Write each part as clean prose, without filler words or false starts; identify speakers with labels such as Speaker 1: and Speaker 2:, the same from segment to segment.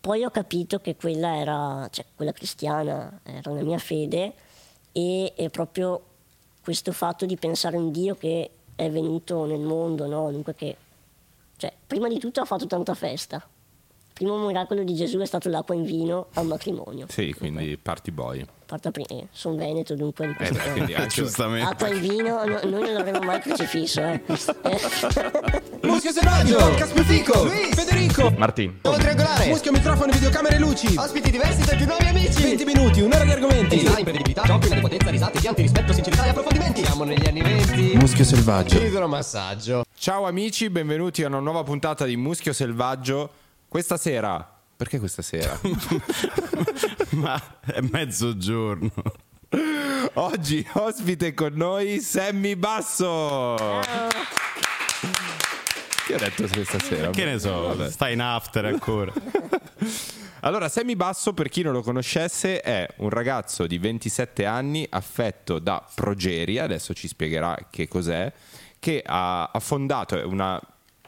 Speaker 1: poi ho capito che quella era, cioè quella cristiana, era una mia fede, e proprio questo fatto di pensare a un Dio che è venuto nel mondo, no? Dunque che, cioè, prima di tutto ha fatto tanta festa. Il primo miracolo di Gesù è stato l'acqua in vino al matrimonio.
Speaker 2: Sì, quindi party boy.
Speaker 1: Sono veneto, dunque di questo
Speaker 2: Quindi,
Speaker 3: Giustamente.
Speaker 1: acqua in vino, noi non l'avremmo mai crocifisso.
Speaker 4: Muschio selvaggio, Casputico, Federico,
Speaker 3: Martin.
Speaker 4: Nuovo triangolare, muschio, microfono, videocamere e luci. Ospiti diversi tra i più nuovi amici. 20 minuti, un'ora di argomenti. Imprevedibilità, giochi, inadeguatezza, risate, pianti, rispetto, sincerità e approfondimenti. Siamo negli anni 20. Muschio selvaggio, idromassaggio.
Speaker 2: Ciao amici, benvenuti a una nuova puntata di Muschio Selvaggio. Questa sera... Perché questa sera?
Speaker 3: Ma è mezzogiorno.
Speaker 2: Oggi ospite con noi Sammy Basso. Che ho detto questa sera?
Speaker 3: Che ne so,
Speaker 2: Vabbè.
Speaker 3: stai in after ancora.
Speaker 2: Allora, Sammy Basso, per chi non lo conoscesse, è un ragazzo di 27 anni affetto da progeria, adesso ci spiegherà che cos'è, che ha fondato una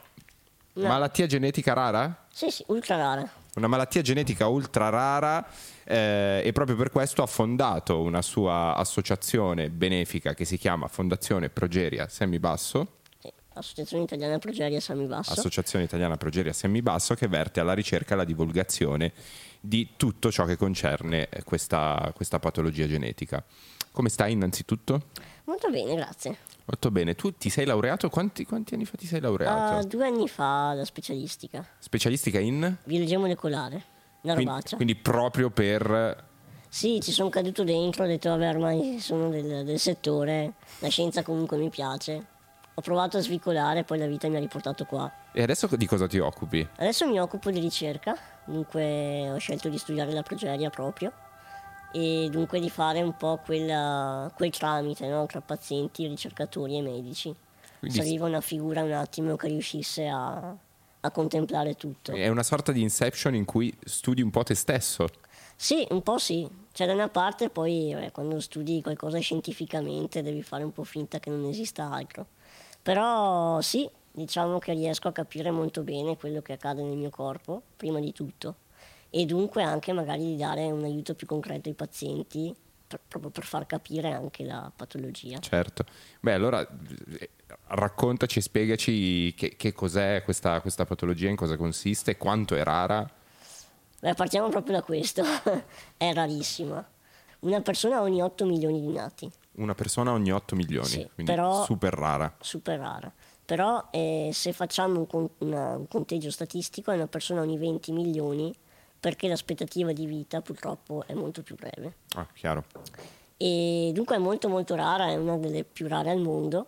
Speaker 2: malattia genetica rara?
Speaker 1: Sì, ultra rara.
Speaker 2: Una malattia genetica ultra rara, e proprio per questo ha fondato una sua associazione benefica che si chiama Fondazione Progeria Sammy Basso.
Speaker 1: Associazione Italiana Progeria Sammy Basso.
Speaker 2: Associazione Italiana Progeria Sammy Basso, che verte alla ricerca e alla divulgazione di tutto ciò che concerne questa patologia genetica. Come stai innanzitutto?
Speaker 1: Molto bene, grazie.
Speaker 2: Molto bene. Tu ti sei laureato? Quanti anni fa ti sei laureato?
Speaker 1: 2 anni fa la specialistica.
Speaker 2: Specialistica in?
Speaker 1: Biologia molecolare, una robaccia.
Speaker 2: Quindi proprio per...
Speaker 1: Sì, ci sono caduto dentro, ho detto vabbè ormai sono del settore, la scienza comunque mi piace. Ho provato a svicolare, poi la vita mi ha riportato qua.
Speaker 2: E adesso di cosa ti occupi?
Speaker 1: Adesso mi occupo di ricerca, dunque ho scelto di studiare la progeria proprio e dunque di fare un po' quel tramite, no? Tra pazienti, ricercatori e medici.
Speaker 2: Quindi
Speaker 1: Serviva una figura un attimo che riuscisse a contemplare tutto.
Speaker 2: È una sorta di Inception in cui studi un po' te stesso.
Speaker 1: Sì, un po' sì. Cioè da una parte poi quando studi qualcosa scientificamente devi fare un po' finta che non esista altro. Però sì, diciamo che riesco a capire molto bene quello che accade nel mio corpo, prima di tutto, e dunque anche magari di dare un aiuto più concreto ai pazienti, proprio per far capire anche la patologia.
Speaker 2: Certo. Beh, allora raccontaci e spiegaci che cos'è questa patologia, in cosa consiste, quanto è rara.
Speaker 1: Beh, partiamo proprio da questo. È rarissima. Una persona ogni 8 milioni di nati.
Speaker 2: Una persona ogni 8 milioni,
Speaker 1: Sì,
Speaker 2: quindi
Speaker 1: però,
Speaker 2: super rara.
Speaker 1: Super rara. Però se facciamo un conteggio statistico è una persona ogni 20 milioni, perché l'aspettativa di vita purtroppo è molto più breve.
Speaker 2: Ah, chiaro.
Speaker 1: E dunque è molto molto rara, è una delle più rare al mondo,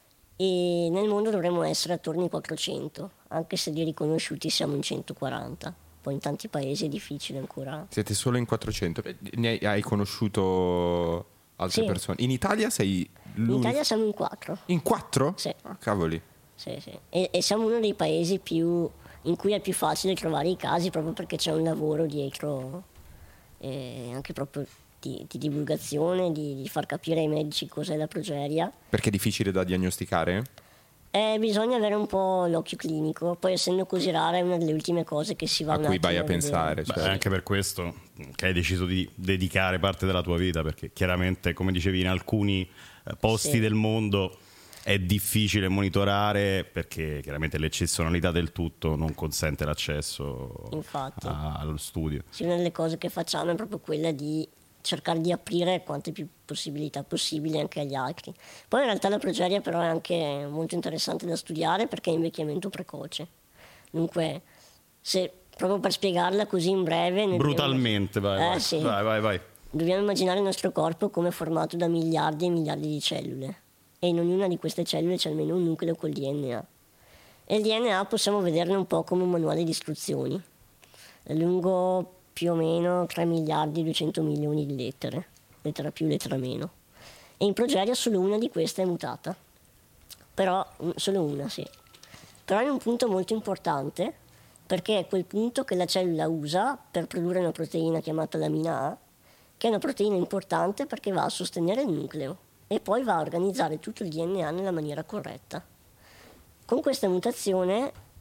Speaker 1: e nel mondo dovremmo essere attorno ai 400, anche se di riconosciuti siamo in 140. Poi in tanti paesi è difficile ancora.
Speaker 2: Siete solo in 400. Ne hai conosciuto altre
Speaker 1: Sì.
Speaker 2: persone? In Italia sei
Speaker 1: In
Speaker 2: l'unico?
Speaker 1: Italia siamo in 4.
Speaker 2: In 4?
Speaker 1: Sì.
Speaker 2: Ah, cavoli.
Speaker 1: Sì. E siamo uno dei paesi in cui è più facile trovare i casi, proprio perché c'è un lavoro dietro, anche proprio di divulgazione, di far capire ai medici cos'è la progeria.
Speaker 2: Perché è difficile da diagnosticare?
Speaker 1: Bisogna avere un po' l'occhio clinico, poi essendo così rara è una delle ultime cose che si va
Speaker 2: A
Speaker 1: un
Speaker 2: cui
Speaker 1: attimo
Speaker 2: vai a
Speaker 1: vedere.
Speaker 2: pensare.
Speaker 3: Beh,
Speaker 2: Cioè.
Speaker 3: è anche per questo che hai deciso di dedicare parte della tua vita, perché chiaramente, come dicevi, in alcuni posti
Speaker 1: Sì.
Speaker 3: del mondo è difficile monitorare, perché chiaramente l'eccezionalità del tutto non consente l'accesso
Speaker 1: Infatti.
Speaker 3: allo studio.
Speaker 1: Sì, una delle cose che facciamo è proprio quella di cercare di aprire quante più possibilità possibili anche agli altri. Poi in realtà la progeria però è anche molto interessante da studiare perché è invecchiamento precoce. Dunque, proprio per spiegarla così in breve...
Speaker 3: Brutalmente, vai.
Speaker 1: Sì.
Speaker 3: Vai.
Speaker 1: Dobbiamo immaginare il nostro corpo come formato da miliardi e miliardi di cellule, e in ognuna di queste cellule c'è almeno un nucleo col DNA. E il DNA possiamo vederlo un po' come un manuale di istruzioni. È lungo più o meno 3 miliardi e 200 milioni di lettere, lettera più, lettera meno. E in progeria solo una di queste è mutata. Però, solo una, sì. Però è un punto molto importante, perché è quel punto che la cellula usa per produrre una proteina chiamata lamina A, che è una proteina importante perché va a sostenere il nucleo e poi va a organizzare tutto il DNA nella maniera corretta. Con questa mutazione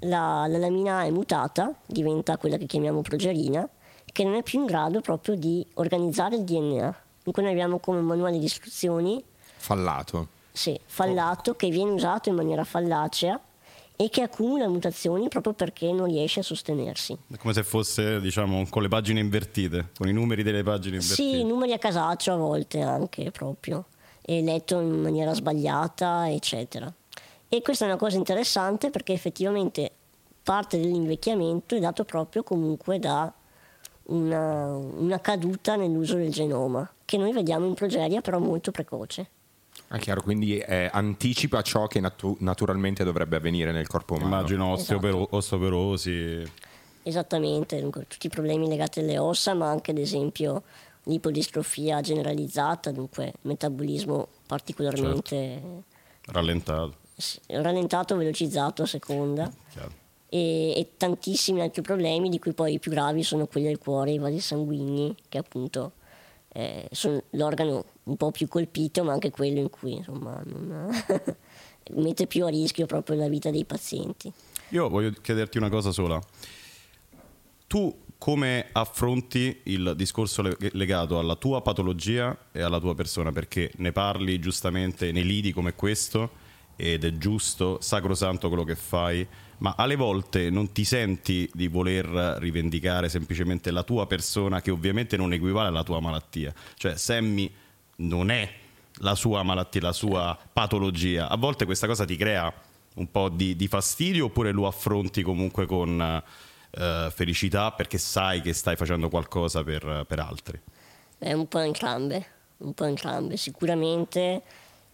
Speaker 1: la lamina è mutata, diventa quella che chiamiamo progerina, che non è più in grado proprio di organizzare il DNA. Dunque noi abbiamo come un manuale di istruzioni
Speaker 2: Fallato.
Speaker 1: sì, fallato, che viene usato in maniera fallacea e che accumula mutazioni proprio perché non riesce a sostenersi.
Speaker 3: È come se fosse, diciamo, con le pagine invertite, con i numeri delle pagine invertite.
Speaker 1: Sì, numeri a casaccio a volte anche proprio, e letto in maniera sbagliata, eccetera. E questa è una cosa interessante perché effettivamente parte dell'invecchiamento è dato proprio comunque da una caduta nell'uso del genoma, che noi vediamo in progeria però molto precoce.
Speaker 2: È chiaro, quindi anticipa ciò che naturalmente dovrebbe avvenire nel corpo umano.
Speaker 3: Immagino
Speaker 1: Esatto.
Speaker 3: osteoporosi.
Speaker 1: Esattamente, dunque, tutti i problemi legati alle ossa, ma anche ad esempio l'ipodistrofia generalizzata, dunque metabolismo particolarmente
Speaker 3: Rallentato.
Speaker 1: rallentato, velocizzato a seconda,
Speaker 3: Chiaro.
Speaker 1: e tantissimi altri problemi, di cui poi i più gravi sono quelli del cuore, i vasi sanguigni, che appunto sono l'organo un po' più colpito, ma anche quello in cui insomma mette più a rischio proprio la vita dei pazienti.
Speaker 3: Io voglio chiederti una cosa sola. Tu come affronti il discorso legato alla tua patologia e alla tua persona? Perché ne parli giustamente nei lidi come questo ed è giusto, sacrosanto quello che fai, ma alle volte non ti senti di voler rivendicare semplicemente la tua persona, che ovviamente non equivale alla tua malattia. Cioè Sammy non è la sua malattia, la sua patologia. A volte questa cosa ti crea un po' di fastidio, oppure lo affronti comunque con felicità perché sai che stai facendo qualcosa per altri?
Speaker 1: È un po' entrambe, sicuramente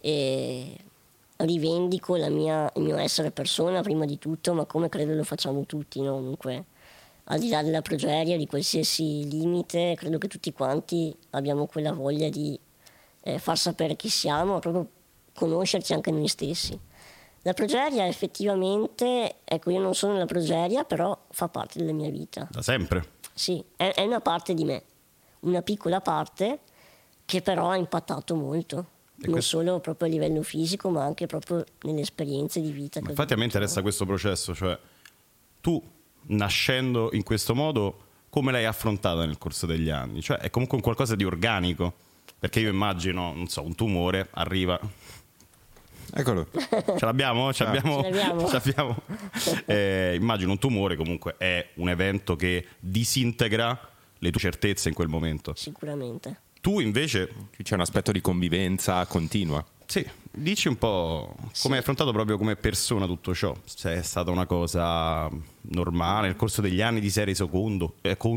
Speaker 1: rivendico il mio essere persona prima di tutto, ma come credo lo facciamo tutti, no? Comunque, al di là della progeria, di qualsiasi limite, credo che tutti quanti abbiamo quella voglia di far sapere chi siamo, proprio conoscerci anche noi stessi. La progeria effettivamente, ecco, io non sono la progeria, però fa parte della mia vita.
Speaker 3: Da sempre?
Speaker 1: Sì, è una parte di me, una piccola parte che però ha impattato molto. Non solo proprio a livello fisico, ma anche proprio nelle esperienze di vita.
Speaker 3: Infatti a me interessa questo processo, cioè tu nascendo in questo modo, come l'hai affrontata nel corso degli anni? Cioè è comunque un qualcosa di organico, perché io immagino, non so, un tumore arriva...
Speaker 2: Eccolo.
Speaker 3: Ce l'abbiamo? Ce l'abbiamo? Ce l'abbiamo. Immagino un tumore comunque è un evento che disintegra le tue certezze in quel momento.
Speaker 1: Sicuramente.
Speaker 3: Tu invece...
Speaker 2: C'è un aspetto di convivenza continua.
Speaker 3: Sì, dici un po' come hai affrontato proprio come persona tutto ciò. Se è stata una cosa normale nel corso degli anni, ti sei reso conto?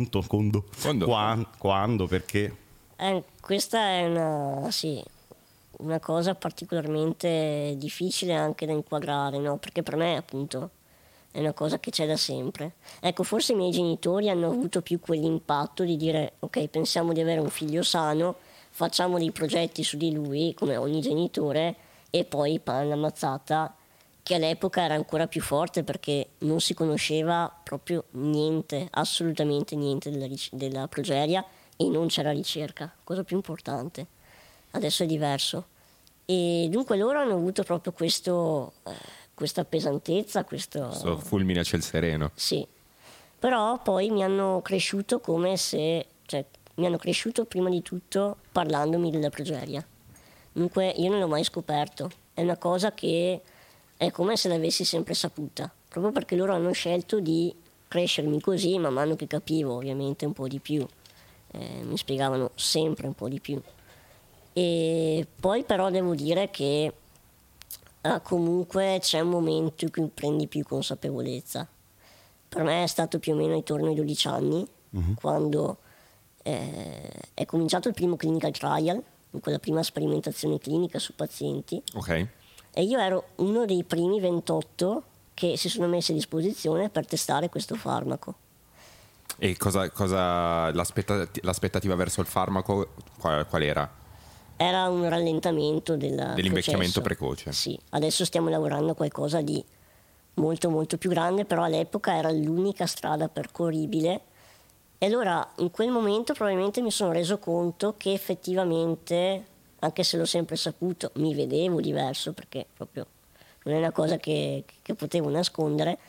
Speaker 3: Quando? Perché?
Speaker 1: Questa è una cosa particolarmente difficile anche da inquadrare, no? Perché per me appunto è una cosa che c'è da sempre. Ecco, forse i miei genitori hanno avuto più quell'impatto di dire ok, pensiamo di avere un figlio sano, facciamo dei progetti su di lui come ogni genitore, e poi pan la mazzata, che all'epoca era ancora più forte perché non si conosceva proprio niente, assolutamente niente della progeria, e non c'era ricerca, cosa più importante. Adesso è diverso, e dunque loro hanno avuto proprio questa pesantezza, questo
Speaker 2: fulmine a ciel sereno.
Speaker 1: Sì, però poi mi hanno cresciuto mi hanno cresciuto prima di tutto parlandomi della progeria. Dunque io non l'ho mai scoperto, è una cosa che è come se l'avessi sempre saputa, proprio perché loro hanno scelto di crescermi così, man mano che capivo ovviamente un po' di più, mi spiegavano sempre un po' di più. E poi però devo dire che comunque c'è un momento in cui prendi più consapevolezza. Per me è stato più o meno intorno ai 12 anni, quando è cominciato il primo clinical trial, quella prima sperimentazione clinica su pazienti.
Speaker 2: Ok.
Speaker 1: E io ero uno dei primi 28 che si sono messi a disposizione per testare questo farmaco.
Speaker 2: E l'aspettativa verso il farmaco qual era?
Speaker 1: Era un rallentamento
Speaker 2: dell'invecchiamento precoce.
Speaker 1: Sì, adesso stiamo lavorando a qualcosa di molto molto più grande, però all'epoca era l'unica strada percorribile, e allora in quel momento probabilmente mi sono reso conto che effettivamente, anche se l'ho sempre saputo, mi vedevo diverso, perché proprio non è una cosa che potevo nascondere,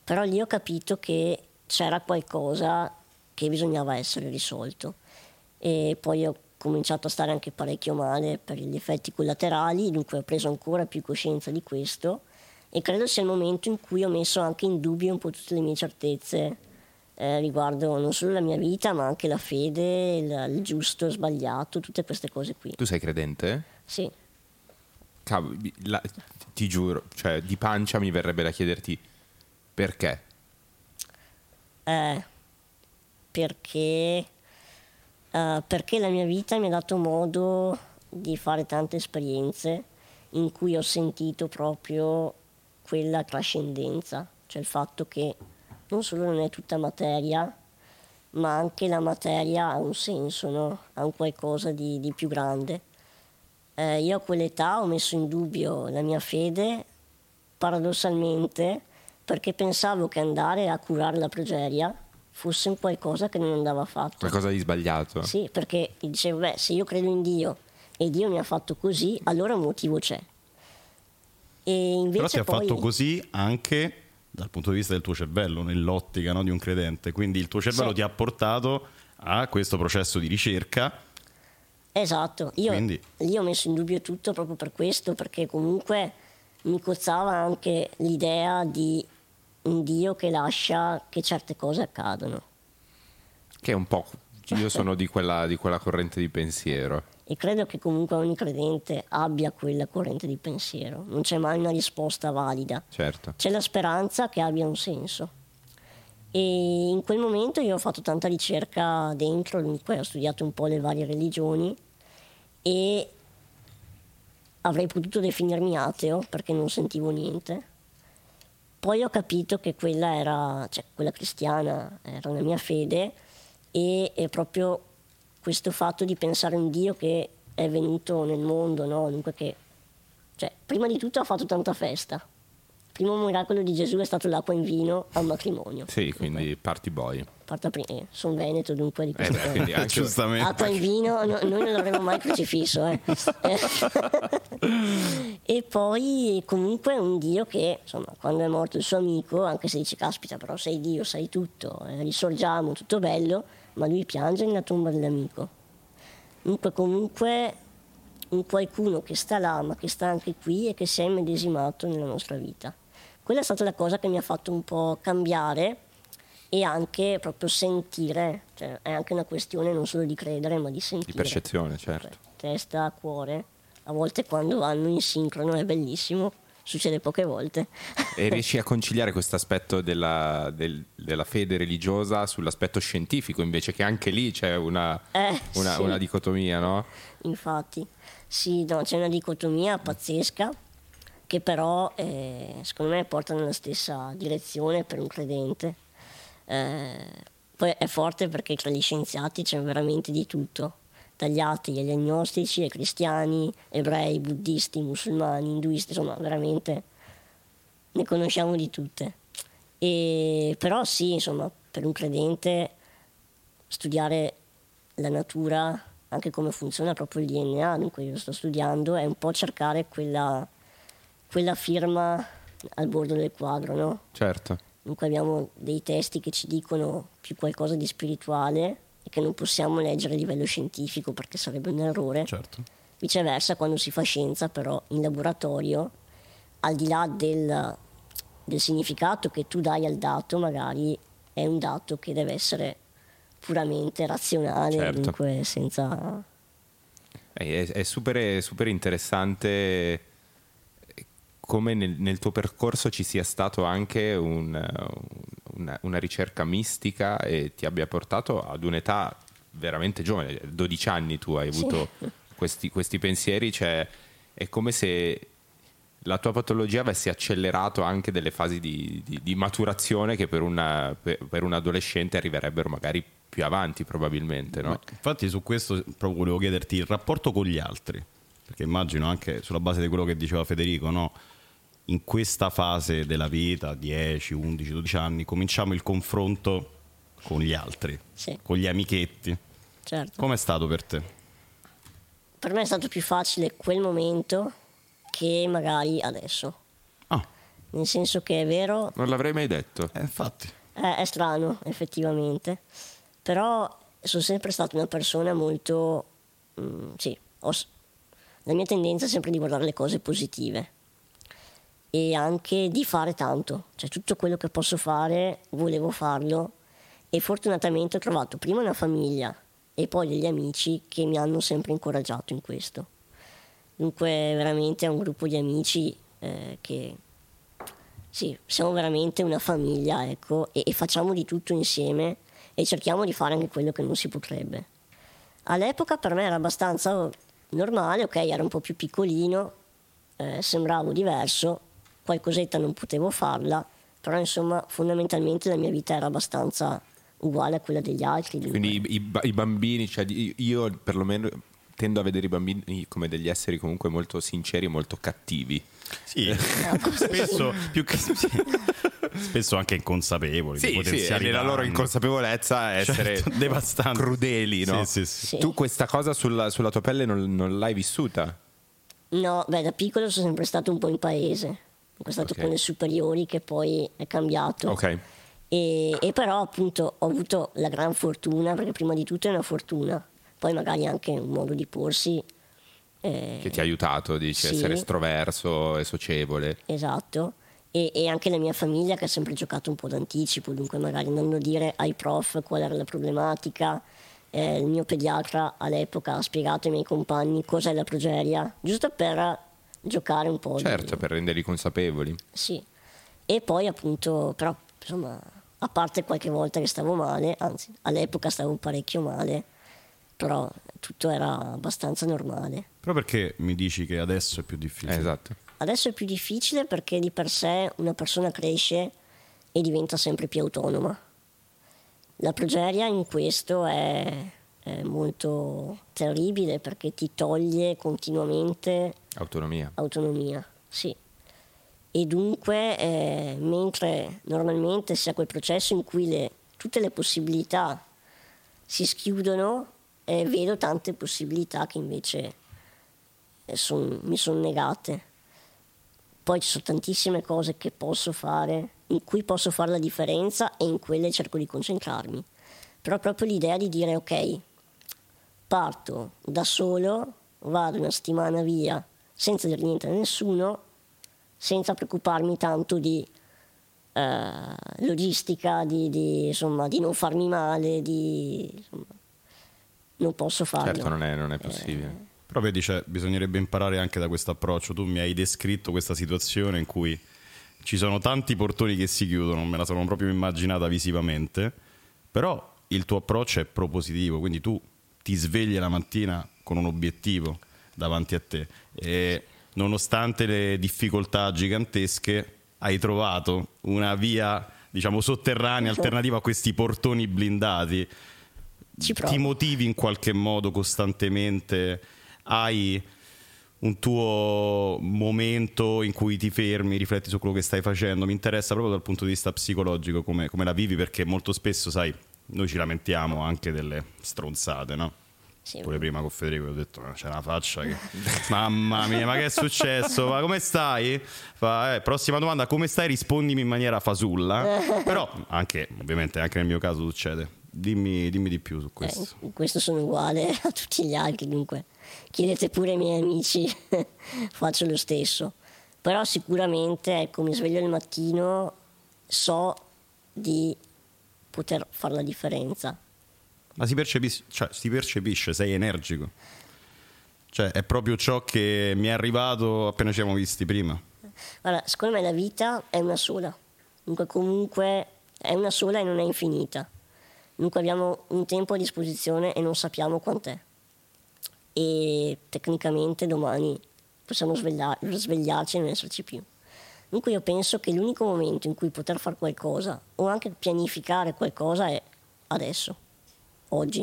Speaker 1: Però lì ho capito che c'era qualcosa che bisognava essere risolto, e poi ho cominciato a stare anche parecchio male per gli effetti collaterali, dunque ho preso ancora più coscienza di questo, e credo sia il momento in cui ho messo anche in dubbio un po' tutte le mie certezze riguardo non solo la mia vita, ma anche la fede, il giusto, il sbagliato, tutte queste cose qui.
Speaker 2: Tu sei credente?
Speaker 1: Sì.
Speaker 2: Cavolo, ti giuro, cioè di pancia mi verrebbe da chiederti perché?
Speaker 1: Perché la mia vita mi ha dato modo di fare tante esperienze in cui ho sentito proprio quella trascendenza, cioè il fatto che non solo non è tutta materia, ma anche la materia ha un senso, no? Ha un qualcosa di più grande. Io a quell'età ho messo in dubbio la mia fede, paradossalmente, perché pensavo che andare a curare la progeria fosse un qualcosa che non andava fatto.
Speaker 2: Qualcosa di sbagliato?
Speaker 1: Sì, perché dicevo, se io credo in Dio e Dio mi ha fatto così, allora un motivo c'è. E invece
Speaker 3: però ti ha fatto così anche dal punto di vista del tuo cervello, nell'ottica, no, di un credente. Quindi il tuo cervello ti ha portato a questo processo di ricerca.
Speaker 1: Esatto, io lì ho messo in dubbio tutto proprio per questo, perché comunque mi cozzava anche l'idea di un Dio che lascia che certe cose accadano.
Speaker 2: Che è un po', io sono di quella corrente di pensiero.
Speaker 1: E credo che comunque ogni credente abbia quella corrente di pensiero, non c'è mai una risposta valida.
Speaker 2: Certo.
Speaker 1: C'è la speranza che abbia un senso. E in quel momento io ho fatto tanta ricerca dentro, dunque ho studiato un po' le varie religioni e avrei potuto definirmi ateo perché non sentivo niente. Poi ho capito che quella cristiana era la mia fede, e è proprio questo fatto di pensare a un Dio che è venuto nel mondo, no? Dunque che, prima di tutto ha fatto tanta festa. Il primo miracolo di Gesù è stato l'acqua in vino al matrimonio.
Speaker 2: Sì, quindi party boy.
Speaker 1: Sono veneto, dunque di questo.
Speaker 2: Quindi anche
Speaker 3: giustamente.
Speaker 1: Acqua in vino, noi non l'avremmo mai crocifisso. E poi comunque un Dio che, insomma, quando è morto il suo amico, anche se dice caspita, però sei Dio, sai tutto, risorgiamo, tutto bello, ma lui piange nella tomba dell'amico. Dunque comunque un qualcuno che sta là, ma che sta anche qui e che si è immedesimato nella nostra vita. Quella è stata la cosa che mi ha fatto un po' cambiare e anche proprio sentire, è anche una questione non solo di credere ma di sentire.
Speaker 2: Di percezione, certo.
Speaker 1: Testa, cuore, a volte quando vanno in sincrono è bellissimo, succede poche volte.
Speaker 2: E riesci a conciliare questo aspetto della fede religiosa sull'aspetto scientifico, invece, che anche lì c'è una dicotomia, no?
Speaker 1: Infatti, sì, no, c'è una dicotomia pazzesca che però secondo me porta nella stessa direzione per un credente. Poi è forte perché tra gli scienziati c'è veramente di tutto, dagli atei agli agnostici, ai cristiani, ebrei, buddisti, musulmani, induisti, insomma veramente ne conosciamo di tutte. E però sì, insomma, per un credente studiare la natura, anche come funziona proprio il DNA, dunque io lo sto studiando, è un po' cercare quella firma al bordo del quadro, no?
Speaker 2: Certo.
Speaker 1: Dunque abbiamo dei testi che ci dicono più qualcosa di spirituale e che non possiamo leggere a livello scientifico perché sarebbe un errore.
Speaker 3: Certo.
Speaker 1: Viceversa, quando si fa scienza però in laboratorio, al di là del significato che tu dai al dato, magari è un dato che deve essere puramente razionale,
Speaker 2: certo.
Speaker 1: Dunque senza...
Speaker 2: È super interessante come nel tuo percorso ci sia stato anche una ricerca mistica e ti abbia portato ad un'età veramente giovane, 12 anni tu hai avuto questi pensieri, cioè è come se la tua patologia avesse accelerato anche delle fasi di maturazione che per un adolescente arriverebbero magari più avanti probabilmente, no?
Speaker 3: Infatti su questo proprio volevo chiederti il rapporto con gli altri, perché immagino anche sulla base di quello che diceva Federico, no? In questa fase della vita, 10, 11, 12 anni, cominciamo il confronto con gli altri, con gli amichetti.
Speaker 1: Certo.
Speaker 3: Com'è stato per te?
Speaker 1: Per me è stato più facile quel momento che magari adesso. nel senso che è vero,
Speaker 2: Non l'avrei mai detto.
Speaker 3: Infatti.
Speaker 1: è strano effettivamente, però sono sempre stata una persona molto, sì, la mia tendenza è sempre di guardare le cose positive e anche di fare tanto, cioè tutto quello che posso fare volevo farlo, e fortunatamente ho trovato prima una famiglia e poi degli amici che mi hanno sempre incoraggiato in questo. Dunque veramente è un gruppo di amici che sì, siamo veramente una famiglia, ecco, e facciamo di tutto insieme e cerchiamo di fare anche quello che non si potrebbe. All'epoca per me era abbastanza normale, ok, ero un po' più piccolino, sembravo diverso, qualcosetta non potevo farla, però insomma fondamentalmente la mia vita era abbastanza uguale a quella degli altri. Dunque.
Speaker 2: Quindi i bambini, cioè io perlomeno tendo a vedere i bambini come degli esseri comunque molto sinceri e molto cattivi.
Speaker 3: Sì, spesso più che spesso anche inconsapevoli.
Speaker 2: Sì, nella loro inconsapevolezza essere
Speaker 3: devastanti,
Speaker 2: crudeli, no?
Speaker 3: Sì.
Speaker 2: Tu questa cosa sulla tua pelle non l'hai vissuta?
Speaker 1: No, beh, da piccolo sono sempre stato un po' in paese, sono stato con le superiori che poi è cambiato.
Speaker 2: Ok.
Speaker 1: E però appunto ho avuto la gran fortuna, perché prima di tutto è una fortuna, poi magari anche un modo di porsi
Speaker 2: Che ti ha aiutato, dici,
Speaker 1: sì,
Speaker 2: essere estroverso e socievole.
Speaker 1: esatto, e anche la mia famiglia che ha sempre giocato un po' d'anticipo, dunque magari andando a dire ai prof qual era la problematica. Il mio pediatra all'epoca ha spiegato ai miei compagni cos'è la progeria, giusto per giocare un po'.
Speaker 2: Certo, per renderli consapevoli.
Speaker 1: Sì, e poi appunto, però insomma, a parte qualche volta che stavo male, anzi all'epoca stavo parecchio male, però tutto era abbastanza normale.
Speaker 3: Però perché mi dici che adesso è più difficile?
Speaker 2: Esatto.
Speaker 1: Adesso è più difficile perché di per sé una persona cresce e diventa sempre più autonoma. La progeria in questo è molto terribile perché ti toglie continuamente autonomia, sì. E dunque, mentre normalmente si ha quel processo in cui tutte le possibilità si schiudono, vedo tante possibilità che invece mi sono negate. Poi ci sono tantissime cose che posso fare, in cui posso fare la differenza e in quelle cerco di concentrarmi. Però proprio l'idea di dire ok, parto da solo, vado una settimana via senza dire niente a nessuno, senza preoccuparmi tanto di logistica, di non farmi male, insomma, non posso farlo.
Speaker 2: Certo, non è possibile.
Speaker 3: Però vedi, bisognerebbe imparare anche da questo approccio. Tu mi hai descritto questa situazione in cui ci sono tanti portoni che si chiudono, me la sono proprio immaginata visivamente, però il tuo approccio è propositivo, quindi tu ti svegli la mattina con un obiettivo davanti a te e nonostante le difficoltà gigantesche hai trovato una via, diciamo, sotterranea alternativa a questi portoni blindati. Ti motivi in qualche modo costantemente, hai un tuo momento in cui ti fermi, rifletti su quello che stai facendo. Mi interessa proprio dal punto di vista psicologico come la vivi, perché molto spesso, sai, noi ci lamentiamo anche delle stronzate, no?
Speaker 1: Sì.
Speaker 2: Pure
Speaker 3: prima con Federico ho detto c'è una faccia che mamma mia, ma che è successo? Ma come stai? Prossima domanda, come stai? Rispondimi in maniera fasulla. Però ovviamente anche nel mio caso succede. Dimmi di più su questo.
Speaker 1: In questo sono uguale a tutti gli altri, dunque chiedete pure ai miei amici, faccio lo stesso. Però sicuramente, ecco, mi sveglio il mattino, so di poter fare la differenza.
Speaker 3: Ma si percepisce, sei energico. Cioè, è proprio ciò che mi è arrivato appena ci siamo visti prima.
Speaker 1: Guarda, secondo me la vita è una sola. Dunque comunque è una sola e non è infinita. Dunque abbiamo un tempo a disposizione e non sappiamo quant'è. E tecnicamente domani possiamo svegliarci e non esserci più. Dunque io penso che l'unico momento in cui poter fare qualcosa o anche pianificare qualcosa è adesso, oggi.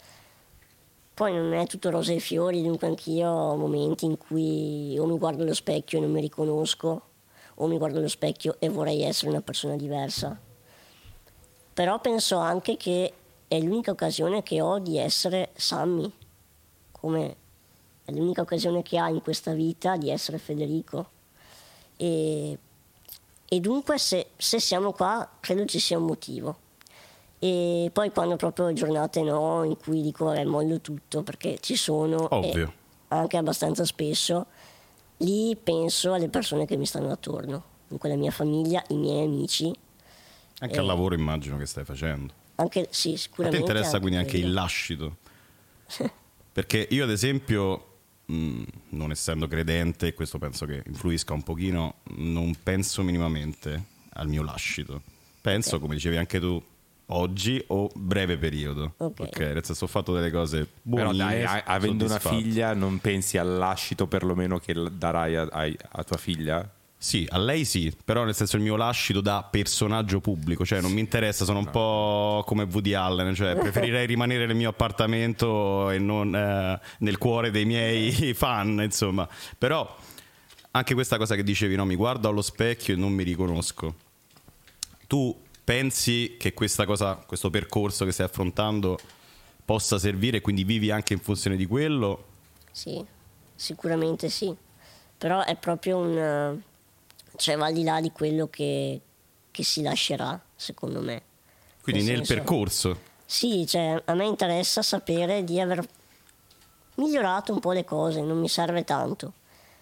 Speaker 1: Poi non è tutto rose e fiori, dunque anch'io ho momenti in cui o mi guardo allo specchio e non mi riconosco, o mi guardo allo specchio e vorrei essere una persona diversa. Però penso anche che è l'unica occasione che ho di essere Sammy, come è l'unica occasione che ha in questa vita di essere Federico. E E dunque se siamo qua credo ci sia un motivo. E poi quando proprio giornate in cui dico mollo tutto, perché ci sono,
Speaker 3: Ovvio.
Speaker 1: anche abbastanza spesso, lì penso alle persone che mi stanno attorno, dunque la mia famiglia, i miei amici.
Speaker 3: Anche al lavoro immagino che stai facendo.
Speaker 1: Anche, sì,
Speaker 3: A
Speaker 1: sicuramente.
Speaker 3: te interessa quindi anche
Speaker 1: quello.
Speaker 3: il lascito? Perché io ad esempio, non essendo credente, questo penso che influisca un pochino, non penso minimamente al mio lascito. Penso, come dicevi anche tu, oggi o breve periodo.
Speaker 1: Ok.
Speaker 3: Nel senso ho fatto delle cose
Speaker 2: Però
Speaker 3: buone.
Speaker 2: dai, avendo una
Speaker 3: soddisfatto.
Speaker 2: figlia, non pensi al lascito perlomeno che darai a tua figlia?
Speaker 3: Sì, a lei sì, però nel senso il mio lascito da personaggio pubblico, cioè non mi interessa, sono un po' come Woody Allen, cioè preferirei rimanere nel mio appartamento e non nel cuore dei miei fan, insomma. Però anche questa cosa che dicevi, no, mi guardo allo specchio e non mi riconosco. Tu pensi che questa cosa, questo percorso che stai affrontando possa servire e quindi vivi anche in funzione di quello?
Speaker 1: Sì, sicuramente sì. Però è proprio cioè va al di là di quello che si lascerà, secondo me.
Speaker 3: Quindi nel
Speaker 1: senso-
Speaker 3: percorso.
Speaker 1: Sì, cioè a me interessa sapere di aver migliorato un po' le cose, non mi serve tanto.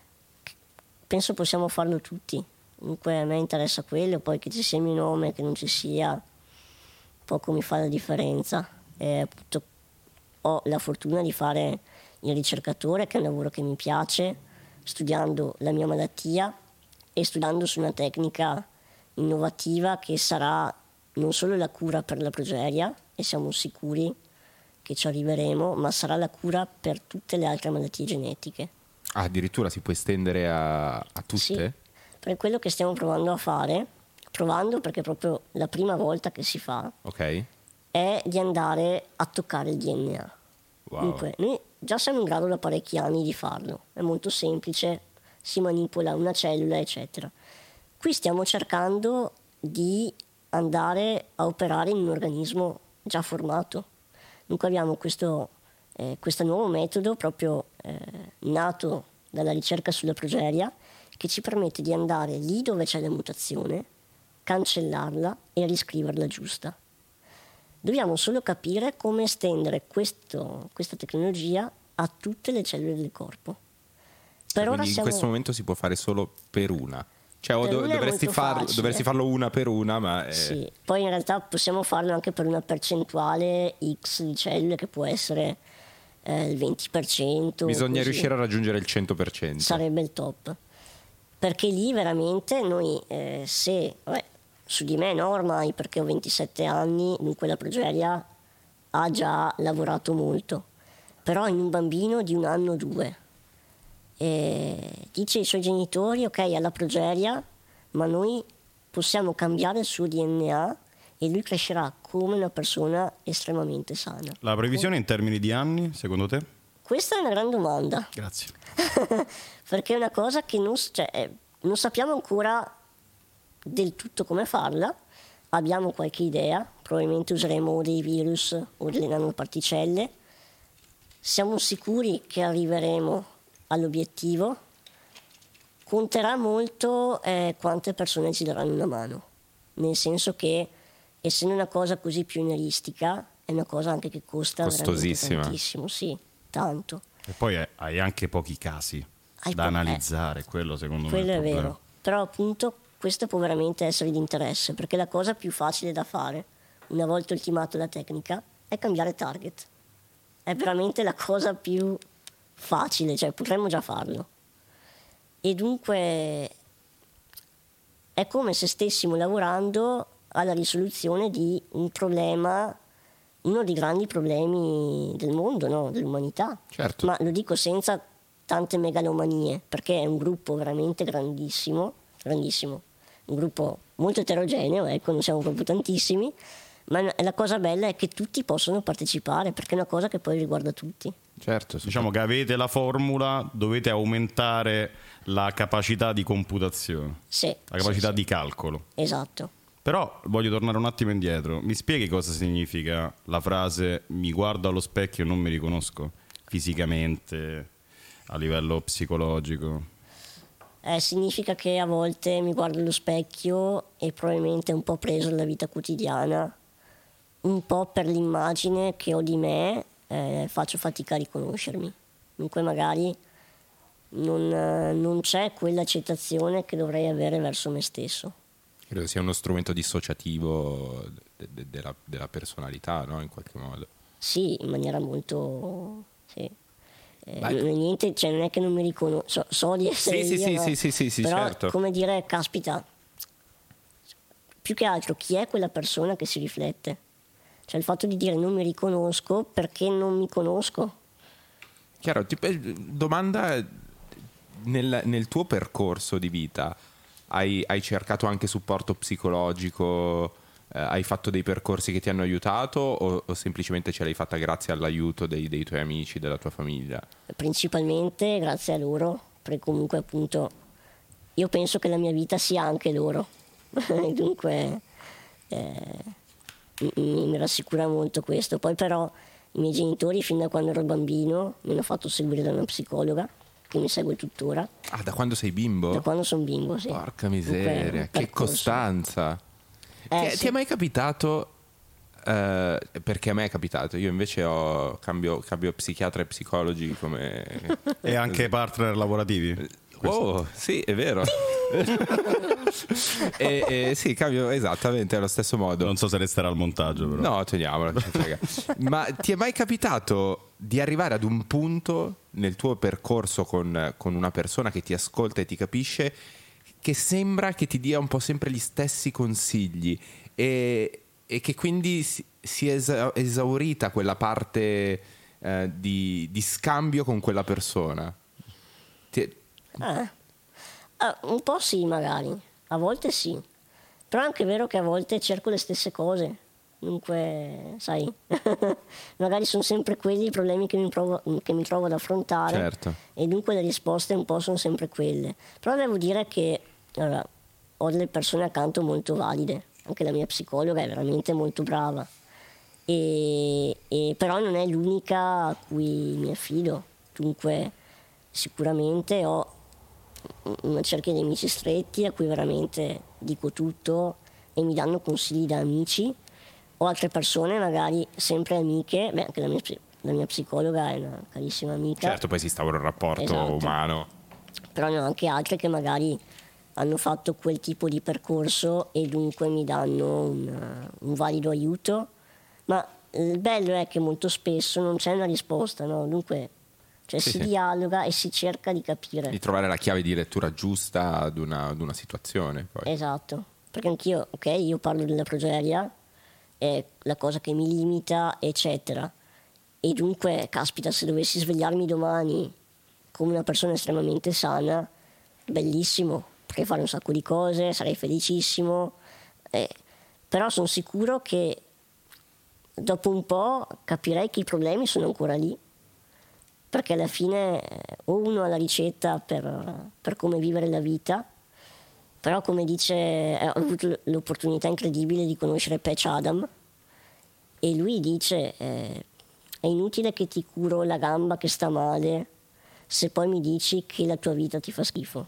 Speaker 1: Penso possiamo farlo tutti. Comunque a me interessa quello, poi che ci sia il mio nome, che non ci sia, poco mi fa la differenza. Appunto, ho la fortuna di fare il ricercatore, che è un lavoro che mi piace, studiando la mia malattia e studiando su una tecnica innovativa che sarà non solo la cura per la progeria, e siamo sicuri che ci arriveremo, ma sarà la cura per tutte le altre malattie genetiche.
Speaker 2: Ah, addirittura si può estendere a tutte?
Speaker 1: Sì, per quello che stiamo provando a fare, perché è proprio la prima volta che si fa,
Speaker 2: Ok.
Speaker 1: è di andare a toccare il DNA.
Speaker 2: Wow.
Speaker 1: Dunque, noi già siamo in grado da parecchi anni di farlo, è molto semplice, si manipola una cellula, eccetera. Qui stiamo cercando di andare a operare in un organismo già formato. Dunque abbiamo questo nuovo metodo proprio nato dalla ricerca sulla progeria, che ci permette di andare lì dove c'è la mutazione, cancellarla e riscriverla giusta. Dobbiamo solo capire come estendere questa tecnologia a tutte le cellule del corpo. Per ora
Speaker 2: Quindi in questo momento si può fare solo per una. Cioè, o
Speaker 1: Per una è
Speaker 2: dovresti
Speaker 1: molto facile.
Speaker 2: dovresti farlo una per una, ma
Speaker 1: Sì, poi in realtà possiamo farlo anche per una percentuale X di cellule, che può essere il 20%.
Speaker 2: bisogna
Speaker 1: così.
Speaker 2: riuscire a raggiungere il 100%.
Speaker 1: Sarebbe il top. Perché lì veramente noi, su di me no ormai, perché ho 27 anni, dunque la progeria ha già lavorato molto, però in un bambino di 1 anno o 2. Dice ai suoi genitori: ok, alla progeria, ma noi possiamo cambiare il suo DNA e lui crescerà come una persona estremamente sana.
Speaker 3: La previsione in termini di anni, secondo te?
Speaker 1: Questa è una gran domanda,
Speaker 3: Grazie.
Speaker 1: perché è una cosa che non sappiamo ancora del tutto come farla. Abbiamo qualche idea, probabilmente useremo o dei virus o delle nanoparticelle. Siamo sicuri che arriveremo all'obiettivo. Conterà molto quante persone ci daranno una mano, nel senso che, essendo una cosa così pionieristica, è una cosa anche che costa veramente
Speaker 2: Costosissima.
Speaker 1: tantissimo, sì, tanto.
Speaker 3: E poi hai anche pochi casi
Speaker 1: Hai
Speaker 3: da
Speaker 1: po-
Speaker 3: analizzare, quello secondo me
Speaker 1: Quello
Speaker 3: è
Speaker 1: è
Speaker 3: il problema.
Speaker 1: vero, però appunto questo può veramente essere di interesse, perché la cosa più facile da fare, una volta ultimato la tecnica, è cambiare target. È veramente la cosa più facile, cioè potremmo già farlo. E dunque è come se stessimo lavorando alla risoluzione di un problema, uno dei grandi problemi del mondo, no? Dell'umanità.
Speaker 2: Certo.
Speaker 1: Ma lo dico senza tante megalomanie, perché è un gruppo veramente grandissimo, un gruppo molto eterogeneo, ecco, non siamo proprio tantissimi, ma la cosa bella è che tutti possono partecipare, perché è una cosa che poi riguarda tutti.
Speaker 2: Certo, sì.
Speaker 3: Diciamo che avete la formula, dovete aumentare la capacità di computazione,
Speaker 1: Sì,
Speaker 3: la capacità
Speaker 1: sì,
Speaker 3: di calcolo.
Speaker 1: esatto.
Speaker 3: Però voglio tornare un attimo indietro. Mi spieghi cosa significa la frase "mi guardo allo specchio e non mi riconosco"? Fisicamente, a livello psicologico.
Speaker 1: Significa che a volte mi guardo allo specchio e probabilmente un po' preso dalla vita quotidiana, un po' per l'immagine che ho di me, faccio fatica a riconoscermi. Dunque magari non c'è quell'accettazione che dovrei avere verso me stesso.
Speaker 2: Credo sia uno strumento dissociativo della personalità, no? In qualche modo.
Speaker 1: Sì, in maniera molto... Sì. Non è niente, cioè non è che non mi riconosco, so di essere
Speaker 2: Sì,
Speaker 1: io, no?
Speaker 2: sì,
Speaker 1: Però,
Speaker 2: certo.
Speaker 1: come dire, caspita, più che altro chi è quella persona che si riflette? Cioè il fatto di dire non mi riconosco perché non mi conosco.
Speaker 2: Chiaro, domanda, nel tuo percorso di vita hai cercato anche supporto psicologico? Hai fatto dei percorsi che ti hanno aiutato o semplicemente ce l'hai fatta grazie all'aiuto dei tuoi amici, della tua famiglia?
Speaker 1: Principalmente grazie a loro, perché comunque appunto io penso che la mia vita sia anche loro. Dunque mi rassicura molto questo. Poi però i miei genitori fin da quando ero bambino mi hanno fatto seguire da una psicologa che mi segue tuttora.
Speaker 2: Ah, da quando sei bimbo?
Speaker 1: Da quando sono bimbo, sì.
Speaker 2: Porca miseria, che
Speaker 1: percorso.
Speaker 2: costanza.
Speaker 1: Sì.
Speaker 2: Ti è mai capitato, perché a me è capitato, io invece cambio psichiatra e psicologi come...
Speaker 3: E anche partner lavorativi?
Speaker 2: Oh, sì, è vero. Sì, cambio esattamente allo stesso modo.
Speaker 3: Non so se resterà al montaggio, però.
Speaker 2: No, teniamolo. Ma ti è mai capitato di arrivare ad un punto nel tuo percorso con una persona che ti ascolta e ti capisce, che sembra che ti dia un po' sempre gli stessi consigli e che quindi si è esaurita quella parte di scambio con quella persona?
Speaker 1: Un po' sì, magari, a volte sì, però è anche vero che a volte cerco le stesse cose, dunque, sai, magari sono sempre quelli i problemi che mi trovo ad affrontare,
Speaker 2: Certo.
Speaker 1: e dunque le risposte un po' sono sempre quelle. Però devo dire che allora, ho delle persone accanto molto valide, anche la mia psicologa è veramente molto brava, e però non è l'unica a cui mi affido, dunque sicuramente ho una cerchia di amici stretti a cui veramente dico tutto e mi danno consigli da amici, o altre persone magari sempre amiche, beh, anche la mia psicologa è una carissima amica.
Speaker 2: Certo, poi si instaura un rapporto
Speaker 1: Esatto.
Speaker 2: umano.
Speaker 1: Però ne ho anche altre che magari hanno fatto quel tipo di percorso e dunque mi danno un valido aiuto, ma il bello è che molto spesso non c'è una risposta, no? Dunque si dialoga e si cerca di capire.
Speaker 2: Di trovare la chiave di lettura giusta ad una situazione. Poi.
Speaker 1: Esatto, perché anch'io, ok, io parlo della progeria, è la cosa che mi limita, eccetera. E dunque, caspita, se dovessi svegliarmi domani come una persona estremamente sana, bellissimo, potrei fare un sacco di cose, sarei felicissimo, però sono sicuro che dopo un po' capirei che i problemi sono ancora lì, perché alla fine o uno ha la ricetta per come vivere la vita, però come dice, ho avuto l'opportunità incredibile di conoscere Patch Adam e lui dice è inutile che ti curo la gamba che sta male se poi mi dici che la tua vita ti fa schifo.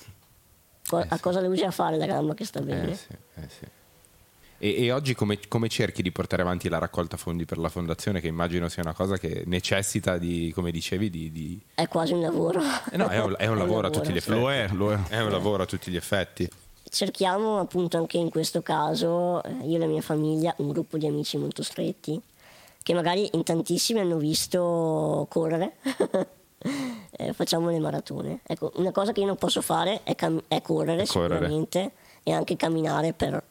Speaker 1: A cosa la usi a fare la gamba che sta bene?
Speaker 2: Sì. E oggi come cerchi di portare avanti la raccolta fondi per la fondazione, che immagino sia una cosa che necessita di, come dicevi, di...
Speaker 1: È quasi un lavoro.
Speaker 2: No, è un lavoro a tutti gli effetti.
Speaker 3: Lo è.
Speaker 2: È un lavoro a tutti gli effetti.
Speaker 1: Cerchiamo appunto anche in questo caso, io e la mia famiglia, un gruppo di amici molto stretti, che magari in tantissimi hanno visto correre. Facciamo le maratone. Ecco, una cosa che io non posso fare è correre sicuramente, e anche camminare per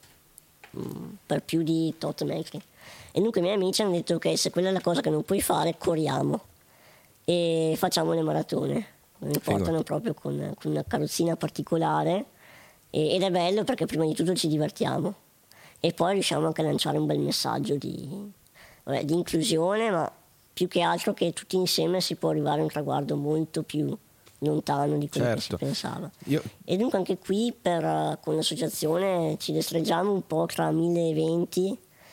Speaker 1: più di tot metri. E dunque i miei amici hanno detto ok, se quella è la cosa che non puoi fare, corriamo e facciamo le maratone. Mi portano proprio con una carrozzina particolare ed è bello perché prima di tutto ci divertiamo e poi riusciamo anche a lanciare un bel messaggio di inclusione, ma più che altro che tutti insieme si può arrivare a un traguardo molto più lontano di quello che si pensava. E dunque anche qui con l'associazione ci destreggiamo un po' tra 1000 eventi,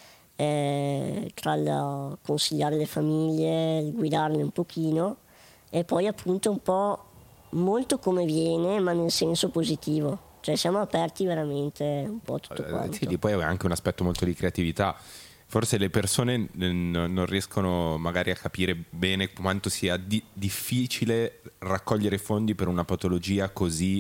Speaker 1: tra il consigliare le famiglie, il guidarle un pochino e poi appunto un po' molto come viene, ma nel senso positivo. Cioè siamo aperti veramente un po' a tutto quanto.
Speaker 2: Sì, poi è anche un aspetto molto di creatività. Forse le persone non riescono magari a capire bene quanto sia difficile raccogliere fondi per una patologia così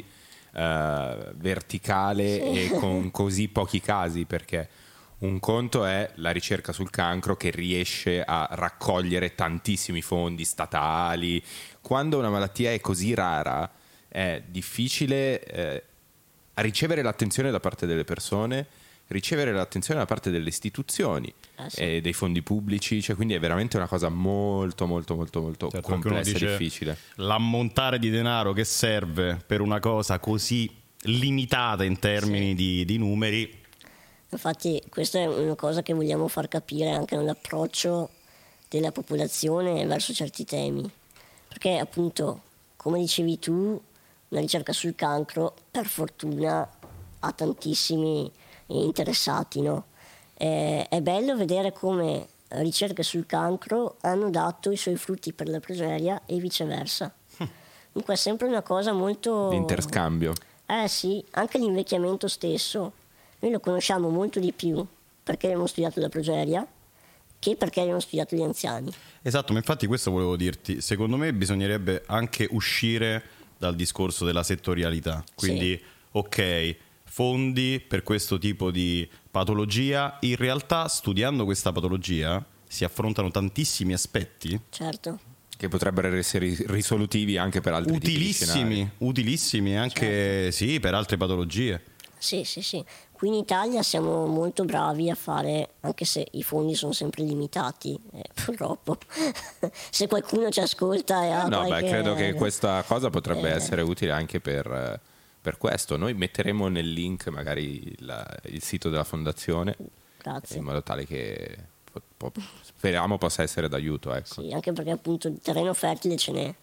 Speaker 2: verticale e con così pochi casi, perché un conto è la ricerca sul cancro che riesce a raccogliere tantissimi fondi statali. Quando una malattia è così rara è difficile ricevere l'attenzione da parte delle persone, ricevere l'attenzione da parte delle istituzioni e dei fondi pubblici, cioè, quindi è veramente una cosa molto molto molto molto complessa e difficile.
Speaker 3: L'ammontare di denaro che serve per una cosa così limitata in termini di numeri.
Speaker 1: Infatti questa è una cosa che vogliamo far capire anche nell'approccio della popolazione verso certi temi, perché appunto, come dicevi tu, la ricerca sul cancro per fortuna ha tantissimi interessati, no? È bello vedere come ricerche sul cancro hanno dato i suoi frutti per la progeria e viceversa. Dunque è sempre una cosa molto...
Speaker 2: L'interscambio.
Speaker 1: Sì, anche l'invecchiamento stesso. Noi lo conosciamo molto di più perché abbiamo studiato la progeria che perché abbiamo studiato gli anziani.
Speaker 3: Esatto, ma infatti questo volevo dirti. Secondo me bisognerebbe anche uscire dal discorso della settorialità. Quindi, ok, fondi per questo tipo di patologia. In realtà, studiando questa patologia, si affrontano tantissimi aspetti.
Speaker 1: Certo.
Speaker 2: Che potrebbero essere risolutivi anche per altri tipi di scenari.
Speaker 3: Utilissimi anche per altre patologie.
Speaker 1: Sì. Qui in Italia siamo molto bravi a fare, anche se i fondi sono sempre limitati, purtroppo. Se qualcuno ci ascolta
Speaker 2: credo che questa cosa potrebbe essere utile anche per questo. Noi metteremo nel link magari il sito della fondazione.
Speaker 1: Grazie.
Speaker 2: In modo tale che speriamo possa essere d'aiuto, ecco.
Speaker 1: Sì, anche perché appunto il terreno fertile ce n'è.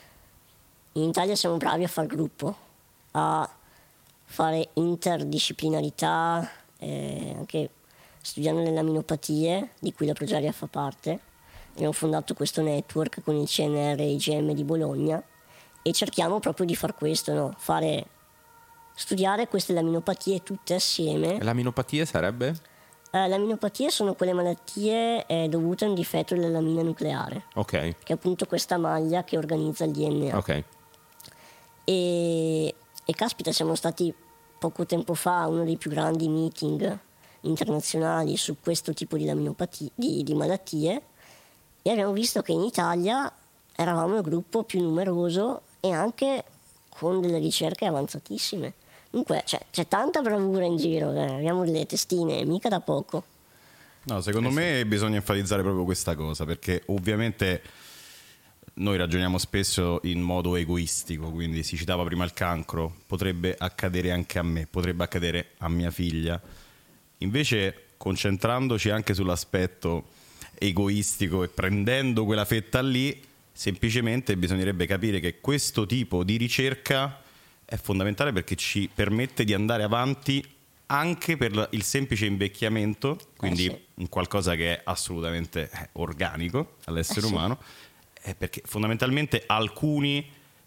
Speaker 1: In Italia siamo bravi a far gruppo, a fare interdisciplinarità, anche studiando le laminopatie, di cui la progeria fa parte. Abbiamo fondato questo network con il CNR e IGM di Bologna e cerchiamo proprio di far questo, no? Studiare queste laminopatie tutte assieme.
Speaker 2: E laminopatie sarebbe?
Speaker 1: Laminopatie sono quelle malattie dovute a un difetto della lamina nucleare,
Speaker 2: che
Speaker 1: è appunto questa maglia che organizza il DNA. E caspita, siamo stati poco tempo fa a uno dei più grandi meeting internazionali su questo tipo di laminopatie, di malattie, e abbiamo visto che in Italia eravamo il gruppo più numeroso e anche con delle ricerche avanzatissime. Dunque c'è tanta bravura in giro, abbiamo delle testine, mica da poco.
Speaker 3: No, secondo me bisogna enfatizzare proprio questa cosa, perché ovviamente noi ragioniamo spesso in modo egoistico, quindi si citava prima il cancro, potrebbe accadere anche a me, potrebbe accadere a mia figlia. Invece, concentrandoci anche sull'aspetto egoistico e prendendo quella fetta lì, semplicemente bisognerebbe capire che questo tipo di ricerca è fondamentale perché ci permette di andare avanti anche per il semplice invecchiamento, quindi un qualcosa che è assolutamente organico all'essere umano, perché fondamentalmente alcuni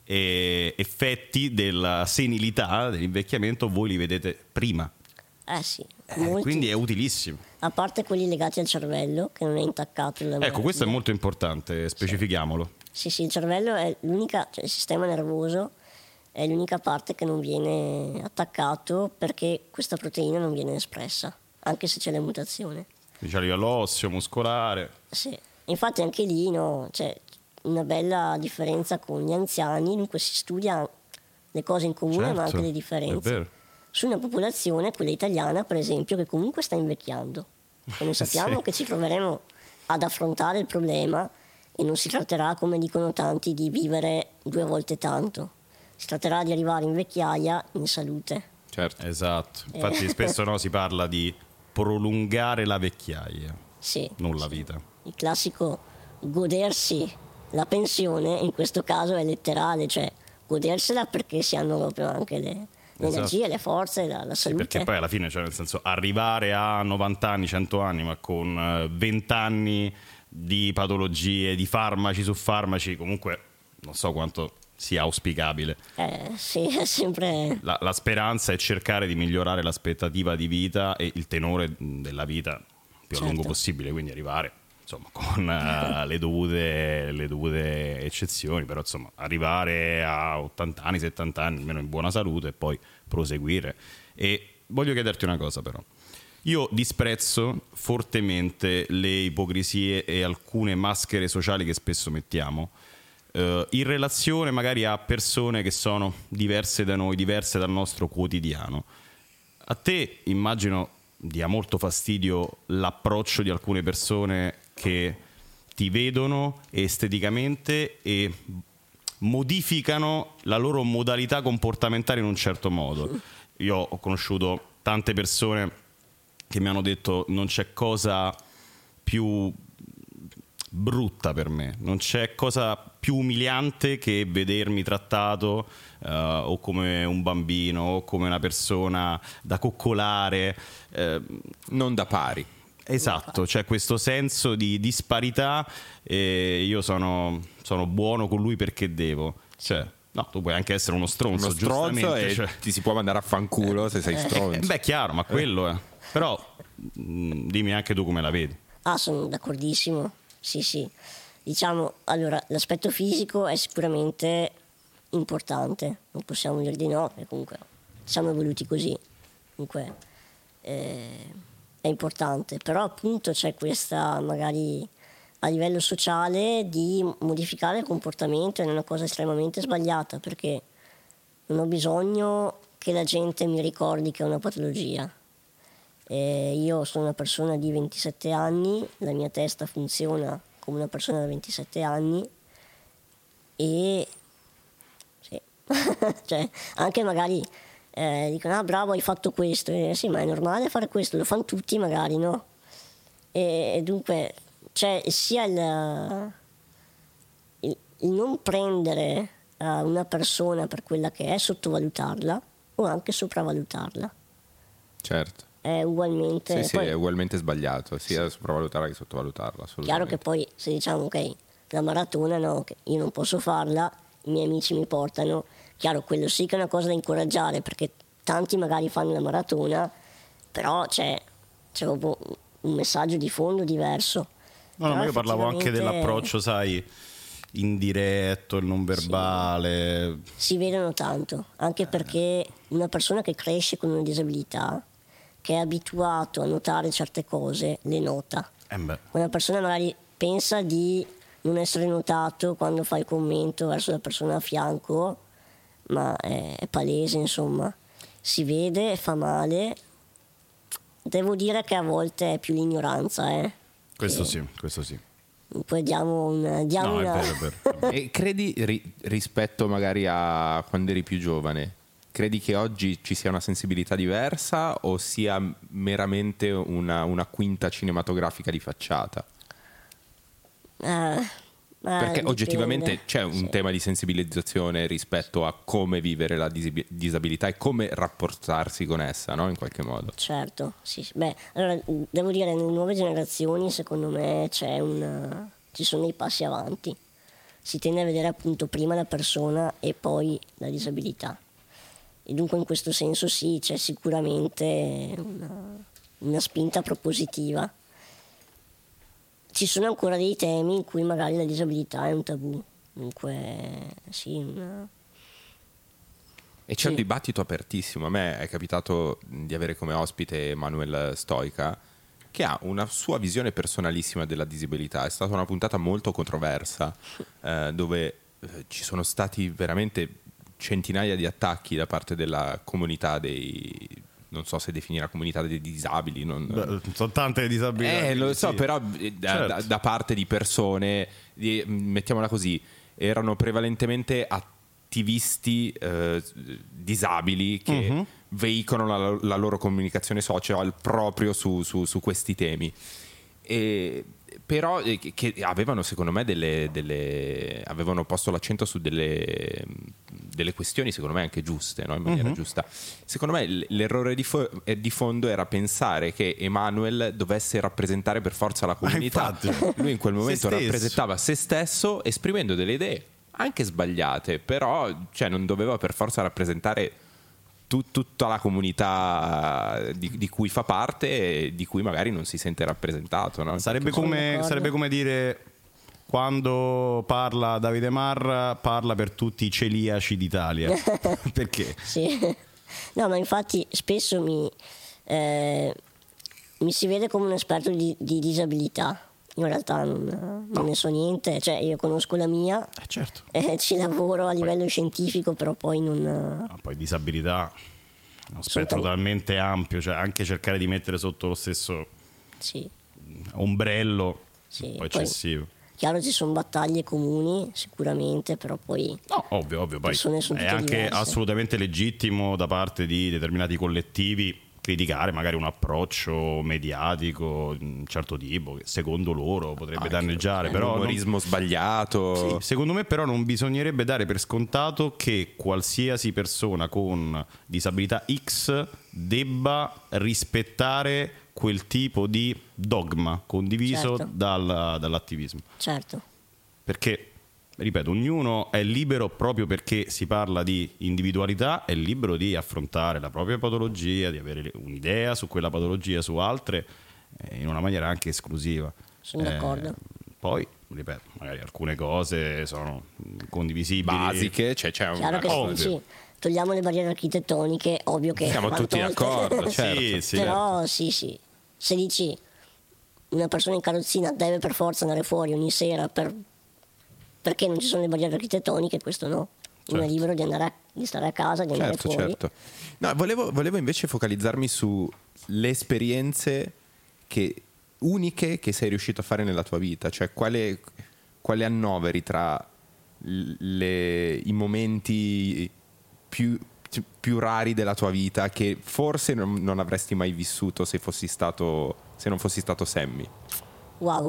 Speaker 3: effetti della senilità, dell'invecchiamento, voi li vedete prima. Quindi è utilissimo.
Speaker 1: A parte quelli legati al cervello, che non è intaccato dalla malattia.
Speaker 3: Ecco, questo è molto importante, specifichiamolo.
Speaker 1: Sì, il cervello è l'unica, cioè il sistema nervoso è l'unica parte che non viene attaccato perché questa proteina non viene espressa, anche se c'è la mutazione.
Speaker 3: Dice a livello osseo, muscolare.
Speaker 1: Sì, infatti anche lì c'è una bella differenza con gli anziani, dunque si studia le cose in comune ma anche le differenze. Su una popolazione, quella italiana per esempio, che comunque sta invecchiando. E noi sappiamo che ci troveremo ad affrontare il problema e non si tratterà, come dicono tanti, di vivere 2 volte tanto. Si tratterà di arrivare in vecchiaia in salute.
Speaker 3: Certo. Esatto. Infatti spesso si parla di prolungare la vecchiaia, non la vita.
Speaker 1: Il classico godersi la pensione, in questo caso è letterale, cioè godersela perché si hanno proprio anche le energie, le forze, la salute.
Speaker 3: Perché poi alla fine, nel senso, arrivare a 90 anni, 100 anni, ma con 20 anni di patologie, di farmaci su farmaci, comunque non so quanto sia auspicabile.
Speaker 1: Sì, è sempre...
Speaker 3: La speranza è cercare di migliorare l'aspettativa di vita e il tenore della vita più a lungo possibile, quindi arrivare, insomma, con le dovute eccezioni, però insomma arrivare a 80 anni, 70 anni, almeno in buona salute, e poi proseguire. E voglio chiederti una cosa però. Io disprezzo fortemente le ipocrisie e alcune maschere sociali che spesso mettiamo in relazione magari a persone che sono diverse da noi, diverse dal nostro quotidiano. A te immagino dia molto fastidio l'approccio di alcune persone che ti vedono esteticamente e modificano la loro modalità comportamentale in un certo modo. Io ho conosciuto tante persone che mi hanno detto non c'è cosa più brutta per me, non c'è cosa più umiliante che vedermi trattato o come un bambino o come una persona da coccolare,
Speaker 2: non da pari.
Speaker 3: Esatto, c'è questo senso di disparità e io sono buono con lui perché devo, cioè no, tu puoi anche essere uno stronzo
Speaker 2: e
Speaker 3: cioè...
Speaker 2: ti si può mandare a fanculo se sei stronzo.
Speaker 3: Beh, chiaro, ma quello è. Però dimmi anche tu come la vedi.
Speaker 1: Sono d'accordissimo. Sì. Diciamo, allora, l'aspetto fisico è sicuramente importante, non possiamo dire di no, perché comunque siamo evoluti così. Comunque è importante, però appunto c'è questa magari a livello sociale di modificare il comportamento, è una cosa estremamente sbagliata, perché non ho bisogno che la gente mi ricordi che ho una patologia. Io sono una persona di 27 anni, la mia testa funziona come una persona da 27 anni e sì. Cioè, anche magari dicono bravo, hai fatto questo, sì, ma è normale fare questo, lo fanno tutti magari, no? E dunque c'è sia il non prendere una persona per quella che è, sottovalutarla o anche sopravvalutarla.
Speaker 2: Certo.
Speaker 1: È ugualmente...
Speaker 2: Sì, è ugualmente sbagliato, sia sopravvalutarla che sottovalutarla, assolutamente.
Speaker 1: Chiaro che poi se diciamo ok, la maratona no, che io non posso farla, i miei amici mi portano, chiaro, quello sì che è una cosa da incoraggiare, perché tanti magari fanno la maratona, però c'è proprio un messaggio di fondo diverso.
Speaker 3: No, ma io parlavo anche dell'approccio, sai, indiretto, il non verbale.
Speaker 1: Sì, si vedono tanto, anche perché una persona che cresce con una disabilità, che è abituato a notare certe cose, le nota. Una persona magari pensa di non essere notato quando fa il commento verso la persona a fianco, ma è palese, insomma. Si vede, fa male. Devo dire che a volte è più l'ignoranza.
Speaker 3: Questo sì.
Speaker 1: Poi diamo una...
Speaker 3: È vero.
Speaker 2: E credi rispetto magari a quando eri più giovane, credi che oggi ci sia una sensibilità diversa o sia meramente una quinta cinematografica di facciata? Perché
Speaker 1: dipende.
Speaker 2: Oggettivamente c'è un tema di sensibilizzazione rispetto a come vivere la disabilità e come rapportarsi con essa, no? In qualche modo.
Speaker 1: Certo, sì. Beh, allora devo dire, nelle nuove generazioni secondo me ci sono dei passi avanti. Si tende a vedere appunto prima la persona e poi la disabilità. E dunque in questo senso sì, c'è sicuramente una spinta propositiva. Ci sono ancora dei temi in cui magari la disabilità è un tabù, dunque sì.
Speaker 2: E c'è un dibattito apertissimo. A me è capitato di avere come ospite Emanuel Stoica, che ha una sua visione personalissima della disabilità. È stata una puntata molto controversa, dove ci sono stati veramente centinaia di attacchi da parte della comunità non so se definire la comunità dei disabili.
Speaker 3: Sono tante disabilità.
Speaker 2: Lo so,
Speaker 3: sì.
Speaker 2: però
Speaker 3: Certo.
Speaker 2: da parte di persone, mettiamola così, erano prevalentemente attivisti disabili che veicolano la loro comunicazione social proprio su questi temi. Però che avevano, secondo me, avevano posto l'accento su delle questioni, secondo me, anche giuste, no? In maniera giusta. Secondo me l'errore di fondo era pensare che Emanuel dovesse rappresentare per forza la comunità.
Speaker 3: Infatti.
Speaker 2: Lui in quel momento
Speaker 3: Se stesso.
Speaker 2: rappresentava se stesso, esprimendo delle idee anche sbagliate, però cioè, non doveva per forza rappresentare tutta la comunità di cui fa parte e di cui magari non si sente rappresentato, no?
Speaker 3: Sarebbe come dire, quando parla Davide Marra, parla per tutti i celiaci d'Italia. Perché?
Speaker 1: Sì. No, ma infatti spesso mi si vede come un esperto di disabilità. In realtà non ne so niente, cioè io conosco la mia,
Speaker 3: Certo.
Speaker 1: Ci lavoro a livello scientifico, però poi non...
Speaker 3: Poi disabilità è uno spettro talmente ampio, cioè anche cercare di mettere sotto lo stesso
Speaker 1: Sì.
Speaker 3: ombrello
Speaker 1: Sì,
Speaker 3: un po'
Speaker 1: poi-
Speaker 3: eccessivo.
Speaker 1: Chiaro, ci sono battaglie comuni sicuramente, però poi
Speaker 3: No, ovvio, poi
Speaker 1: persone sono
Speaker 3: è
Speaker 1: tutte
Speaker 3: anche
Speaker 1: diverse.
Speaker 3: assolutamente legittimo da parte di determinati collettivi criticare magari un approccio mediatico di un certo tipo che secondo loro potrebbe danneggiare, però
Speaker 2: un umorismo sbagliato.
Speaker 3: Sì, secondo me però non bisognerebbe dare per scontato che qualsiasi persona con disabilità X debba rispettare quel tipo di dogma condiviso
Speaker 1: Certo.
Speaker 3: dall'attivismo.
Speaker 1: certo.
Speaker 3: Perché, ripeto, ognuno è libero, proprio perché si parla di individualità, è libero di affrontare la propria patologia, di avere un'idea su quella patologia, su altre, in una maniera anche esclusiva.
Speaker 1: Sono d'accordo.
Speaker 3: Poi, ripeto, magari alcune cose sono condivisibili.
Speaker 2: Basiche, cioè c'è
Speaker 1: Chiaro che
Speaker 3: ovvio.
Speaker 1: sì, togliamo le barriere architettoniche, ovvio che
Speaker 2: Siamo
Speaker 1: vanno
Speaker 2: tutti
Speaker 1: tolte.
Speaker 2: d'accordo, certo.
Speaker 3: Sì, sì.
Speaker 1: Però sì, se dici una persona in carrozzina deve per forza andare fuori ogni sera perché non ci sono le barriere architettoniche, questo no. Uno è libero di stare a casa, di andare
Speaker 2: Certo,
Speaker 1: fuori.
Speaker 2: certo. No, volevo invece focalizzarmi sulle esperienze uniche che sei riuscito a fare nella tua vita, cioè quale annoveri tra i momenti più rari della tua vita che forse non avresti mai vissuto se non fossi stato Sammy.
Speaker 1: Wow.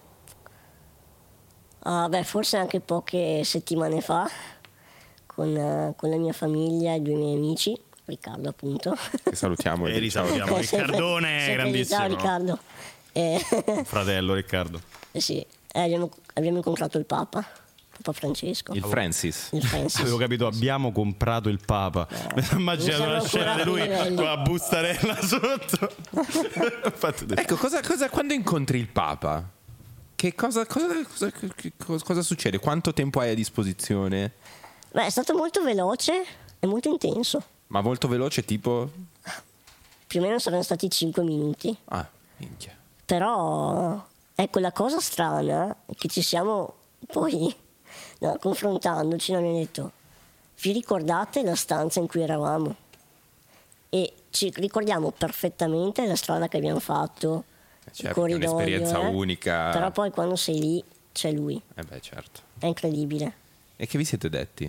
Speaker 1: Forse anche poche settimane fa con la mia famiglia e 2 miei amici, Riccardo appunto.
Speaker 2: Che salutiamo
Speaker 3: E risalutiamo Riccardone,
Speaker 1: Sempre
Speaker 3: grandissimo.
Speaker 1: Ciao Riccardo.
Speaker 3: Fratello Riccardo.
Speaker 1: Sì, abbiamo incontrato il Papa Francesco.
Speaker 2: il Francis.
Speaker 1: Il Francis.
Speaker 3: Avevo capito, abbiamo comprato il Papa. Immaginate
Speaker 1: siamo
Speaker 3: una scena
Speaker 1: ancora
Speaker 3: di lui
Speaker 1: a quei livelli.
Speaker 3: con la bustarella sotto.
Speaker 2: Ecco, quando incontri il Papa, che cosa succede? Quanto tempo hai a disposizione?
Speaker 1: È stato molto veloce e molto intenso.
Speaker 2: Ma molto veloce, tipo?
Speaker 1: Più o meno saranno stati 5 minuti.
Speaker 2: Ah, minchia.
Speaker 1: Però, ecco, la cosa strana è che ci siamo poi confrontandoci, non abbiamo detto: vi ricordate la stanza in cui eravamo? E ci ricordiamo perfettamente la strada che abbiamo fatto,
Speaker 2: Certo,
Speaker 1: il
Speaker 2: è
Speaker 1: corridoio.
Speaker 2: un'esperienza unica.
Speaker 1: Però poi quando sei lì c'è lui,
Speaker 2: Beh, certo.
Speaker 1: è incredibile.
Speaker 2: E che vi siete detti?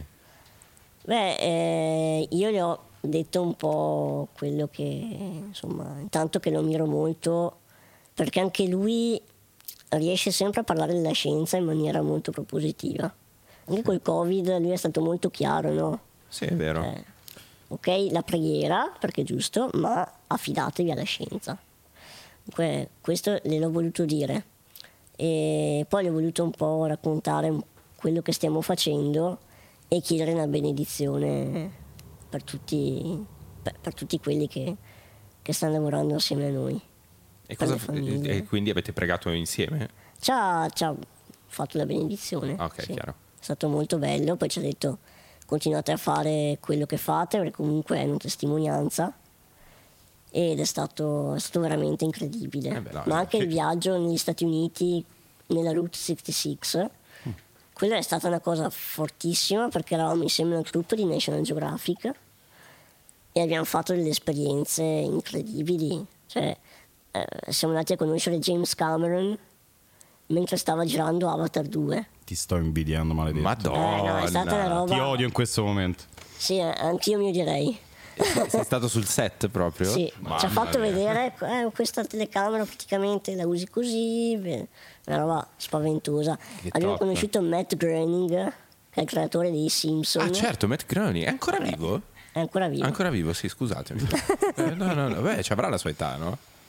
Speaker 1: Io gli ho detto un po' quello che, insomma, intanto che lo ammiro molto, perché anche lui riesce sempre a parlare della scienza in maniera molto propositiva. Anche col Covid lui è stato molto chiaro, no?
Speaker 2: Sì, è vero.
Speaker 1: Ok, la preghiera, perché è giusto, ma affidatevi alla scienza. Dunque, questo gliel'ho voluto dire. E poi gli ho voluto un po' raccontare quello che stiamo facendo e chiedere una benedizione per tutti quelli che stanno lavorando assieme a noi.
Speaker 2: E,
Speaker 1: per le famiglie.
Speaker 2: e quindi avete pregato insieme?
Speaker 1: Ci ha fatto la benedizione.
Speaker 2: Ok,
Speaker 1: sì.
Speaker 2: chiaro.
Speaker 1: È stato molto bello, poi ci ha detto: continuate a fare quello che fate, perché comunque è una testimonianza. Ed è stato veramente incredibile.
Speaker 2: No,
Speaker 1: Ma anche il viaggio negli Stati Uniti, nella Route 66, quella è stata una cosa fortissima, perché eravamo insieme al gruppo di National Geographic e abbiamo fatto delle esperienze incredibili. Cioè, siamo andati a conoscere James Cameron mentre stava girando Avatar 2.
Speaker 3: Ti sto invidiando, maledetto.
Speaker 2: Madonna.
Speaker 1: No, è stata una roba...
Speaker 3: Ti odio in questo momento.
Speaker 1: Sì, anch'io mi direi.
Speaker 2: Sei stato sul set proprio?
Speaker 1: Sì,
Speaker 2: Mamma
Speaker 1: ci ha fatto
Speaker 2: mia.
Speaker 1: vedere questa telecamera praticamente la usi così, una roba spaventosa.
Speaker 2: Che
Speaker 1: Abbiamo
Speaker 2: top.
Speaker 1: conosciuto Matt Groening, che è il creatore dei Simpson.
Speaker 2: Ah, certo, Matt Groening. È ancora vivo?
Speaker 1: È ancora vivo.
Speaker 2: Ancora vivo, sì, scusatemi. No, beh, ci avrà la sua età, no?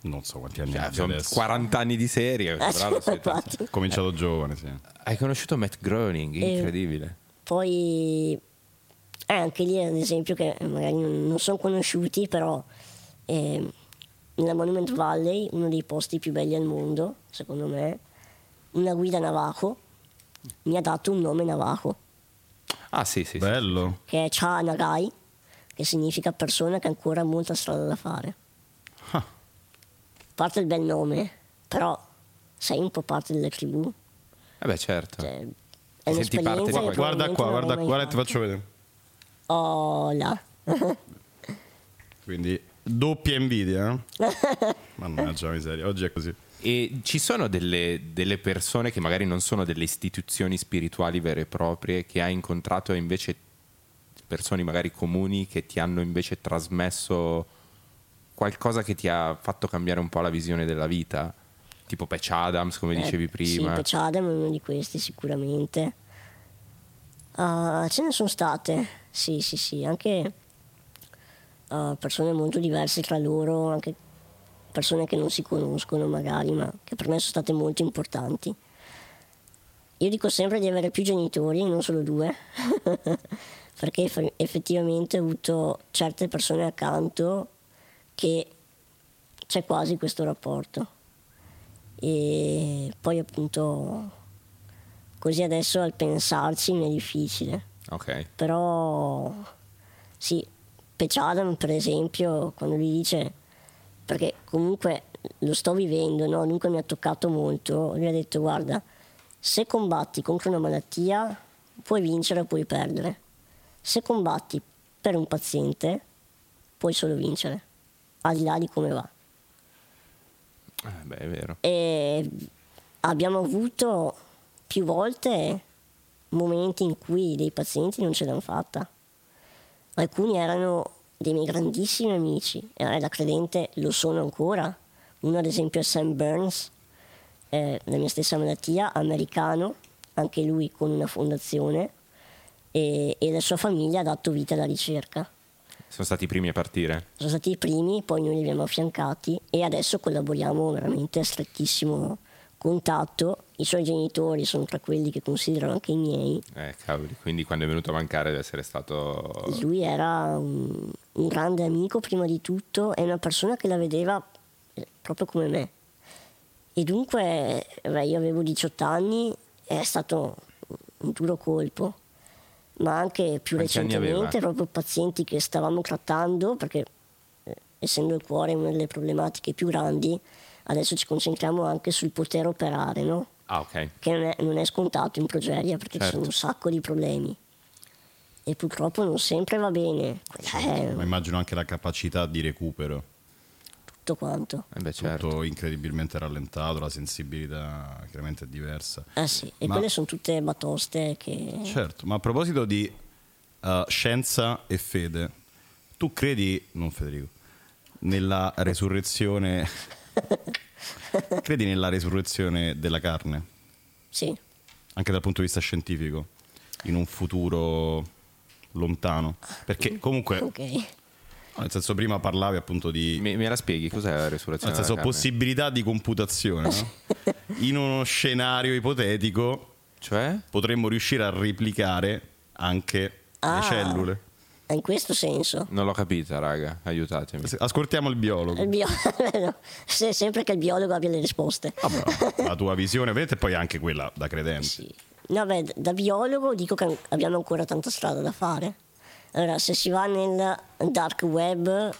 Speaker 3: Non so quanti anni
Speaker 2: Cioè,
Speaker 3: abbia
Speaker 2: sono
Speaker 3: adesso.
Speaker 2: 40 anni di serie. Però lo sei tanto.
Speaker 1: Infatti.
Speaker 3: Ho cominciato giovane, sì.
Speaker 2: Hai conosciuto Matt Groening, incredibile.
Speaker 1: Poi anche lì ad esempio che magari non sono conosciuti, però nella Monument Valley, uno dei posti più belli al mondo, secondo me, una guida Navajo mi ha dato un nome Navajo,
Speaker 2: Ah sì, sì, sì.
Speaker 3: Bello.
Speaker 1: che è Cha Nagai, che significa persona che ha ancora molta strada da fare.
Speaker 3: Ah.
Speaker 1: Parte il bel nome, però sei un po' parte della tribù.
Speaker 2: Vabbè, certo.
Speaker 1: Cioè,
Speaker 2: Ti
Speaker 1: è
Speaker 2: senti parte
Speaker 1: un'esperienza
Speaker 2: di
Speaker 1: che
Speaker 3: Guarda
Speaker 1: probabilmente
Speaker 3: qua,
Speaker 1: non
Speaker 3: guarda,
Speaker 1: avrei mai
Speaker 3: guarda, ti
Speaker 1: fatto.
Speaker 3: faccio vedere.
Speaker 1: Oh là.
Speaker 3: Quindi doppia invidia, eh? Mannaggia la miseria, oggi è così.
Speaker 2: E ci sono delle persone che magari non sono delle istituzioni spirituali vere e proprie, che hai incontrato, e invece persone magari comuni che ti hanno invece trasmesso qualcosa che ti ha fatto cambiare un po' la visione della vita? Tipo Patch Adams, come dicevi prima.
Speaker 1: Sì, Patch Adams è uno di questi sicuramente. Ce ne sono state, sì, anche persone molto diverse tra loro, anche persone che non si conoscono magari, ma che per me sono state molto importanti. Io dico sempre di avere più genitori, non solo 2, perché effettivamente ho avuto certe persone accanto che c'è quasi questo rapporto. E poi appunto così adesso al pensarci mi è difficile,
Speaker 2: Ok.
Speaker 1: però sì, Patch Adams per esempio, quando lui dice, perché comunque lo sto vivendo, no? Dunque mi ha toccato molto, lui ha detto guarda, se combatti contro una malattia puoi vincere o puoi perdere, se combatti per un paziente puoi solo vincere, al di là di come va.
Speaker 2: Beh, è vero.
Speaker 1: E abbiamo avuto più volte momenti in cui dei pazienti non ce l'hanno fatta. Alcuni erano dei miei grandissimi amici, e da credente lo sono ancora. Uno ad esempio è Sam Burns, la mia stessa malattia, americano, anche lui con una fondazione, e la sua famiglia ha dato vita alla ricerca.
Speaker 2: Sono stati i primi a partire.
Speaker 1: Sono stati i primi, poi noi li abbiamo affiancati e adesso collaboriamo veramente a strettissimo contatto. I suoi genitori sono tra quelli che considerano anche i miei.
Speaker 2: Cavoli, quindi quando è venuto a mancare deve essere stato...
Speaker 1: Lui era un grande amico prima di tutto, è una persona che la vedeva proprio come me. E dunque, io avevo 18 anni, è stato un duro colpo. Ma anche più
Speaker 2: Quanti anni
Speaker 1: recentemente
Speaker 2: aveva?
Speaker 1: proprio pazienti che stavamo trattando, perché essendo il cuore una delle problematiche più grandi, adesso ci concentriamo anche sul poter operare, no?
Speaker 2: Ah, ok.
Speaker 1: Che non è scontato in progeria, perché ci sono un sacco di problemi e purtroppo non sempre va bene.
Speaker 3: Ma immagino anche la capacità di recupero.
Speaker 1: Tutto quanto.
Speaker 2: Beh, certo.
Speaker 3: Tutto incredibilmente rallentato, la sensibilità chiaramente è diversa.
Speaker 1: Sì, e
Speaker 3: Ma-
Speaker 1: quelle sono tutte batoste che...
Speaker 3: Certo, ma a proposito di scienza e fede, tu credi, non Federico, nella resurrezione... credi nella resurrezione della carne?
Speaker 1: Sì,
Speaker 3: Anche dal punto di vista scientifico? In un futuro lontano? Perché comunque...
Speaker 1: ok.
Speaker 3: Nel senso, prima parlavi appunto di...
Speaker 2: Me la spieghi? Cos'è la resurrezione?
Speaker 3: Nel senso,
Speaker 2: della carne?
Speaker 3: possibilità di computazione, no? In uno scenario ipotetico
Speaker 2: Cioè?
Speaker 3: potremmo riuscire a replicare anche le cellule.
Speaker 1: In questo senso.
Speaker 2: Non l'ho capita, raga. Aiutatemi.
Speaker 3: Ascoltiamo il biologo.
Speaker 1: Il no, sempre che il biologo abbia le risposte.
Speaker 3: La tua visione, ovviamente, e poi anche quella da credente.
Speaker 1: Sì. No, beh, da biologo dico che abbiamo ancora tanta strada da fare. Allora, se si va nel dark web,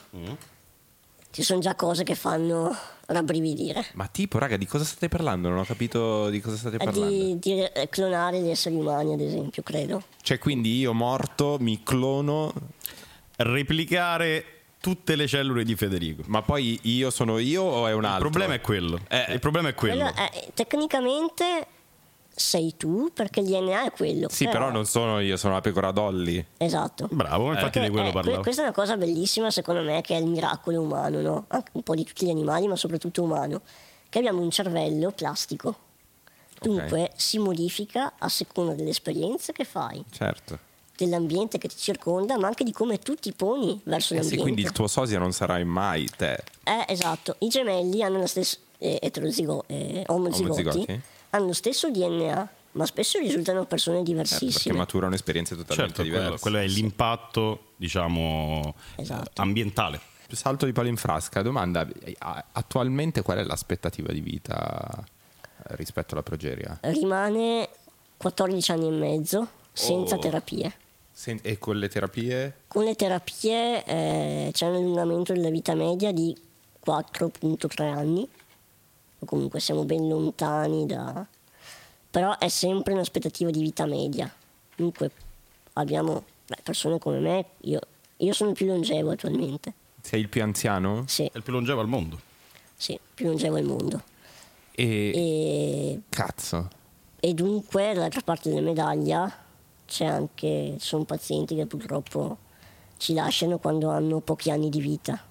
Speaker 1: ci sono già cose che fanno rabbrividire.
Speaker 2: Ma tipo, raga, di cosa state parlando? Non ho capito di cosa state parlando.
Speaker 1: Di clonare gli esseri umani, ad esempio, credo.
Speaker 2: Cioè, quindi io morto mi clono,
Speaker 3: Replicare tutte le cellule di Federico.
Speaker 2: ma poi io sono io o è un altro?
Speaker 3: Il problema è quello. Il problema è quello.
Speaker 1: Tecnicamente sei tu, perché il DNA è quello.
Speaker 2: Sì, però non sono io, sono la pecora Dolly.
Speaker 1: Esatto.
Speaker 3: Bravo, infatti di quello parlavo.
Speaker 1: Questa è una cosa bellissima secondo me, che è il miracolo umano, no? Anche un po' di tutti gli animali, ma soprattutto umano, che abbiamo un cervello plastico. Dunque si modifica a seconda delle esperienze che fai.
Speaker 2: Certo.
Speaker 1: dell'ambiente che ti circonda, ma anche di come tu ti poni verso l'ambiente.
Speaker 2: Sì, quindi il tuo sosia non sarai mai te.
Speaker 1: Esatto, i gemelli hanno la stessa omozigoti hanno lo stesso DNA, ma spesso risultano persone
Speaker 2: Perché
Speaker 1: diversissime.
Speaker 2: maturano esperienze totalmente diverse.
Speaker 3: Quello è l'impatto, diciamo,
Speaker 1: Esatto.
Speaker 3: ambientale.
Speaker 2: Salto di palo in frasca, domanda, attualmente qual è l'aspettativa di vita rispetto alla progeria?
Speaker 1: Rimane 14 anni e mezzo senza terapie.
Speaker 2: E con le terapie?
Speaker 1: Con le terapie c'è un allungamento della vita media di 4,3 anni, o comunque siamo ben lontani da... Però è sempre un'aspettativa di vita media. Dunque abbiamo persone come me, io sono il più longevo attualmente.
Speaker 2: Sei il più anziano?
Speaker 1: Sì,
Speaker 3: È il più longevo al mondo.
Speaker 1: sì, più longevo al mondo.
Speaker 2: E... Cazzo.
Speaker 1: E dunque dall'altra parte della medaglia ci sono pazienti che purtroppo ci lasciano quando hanno pochi anni di vita.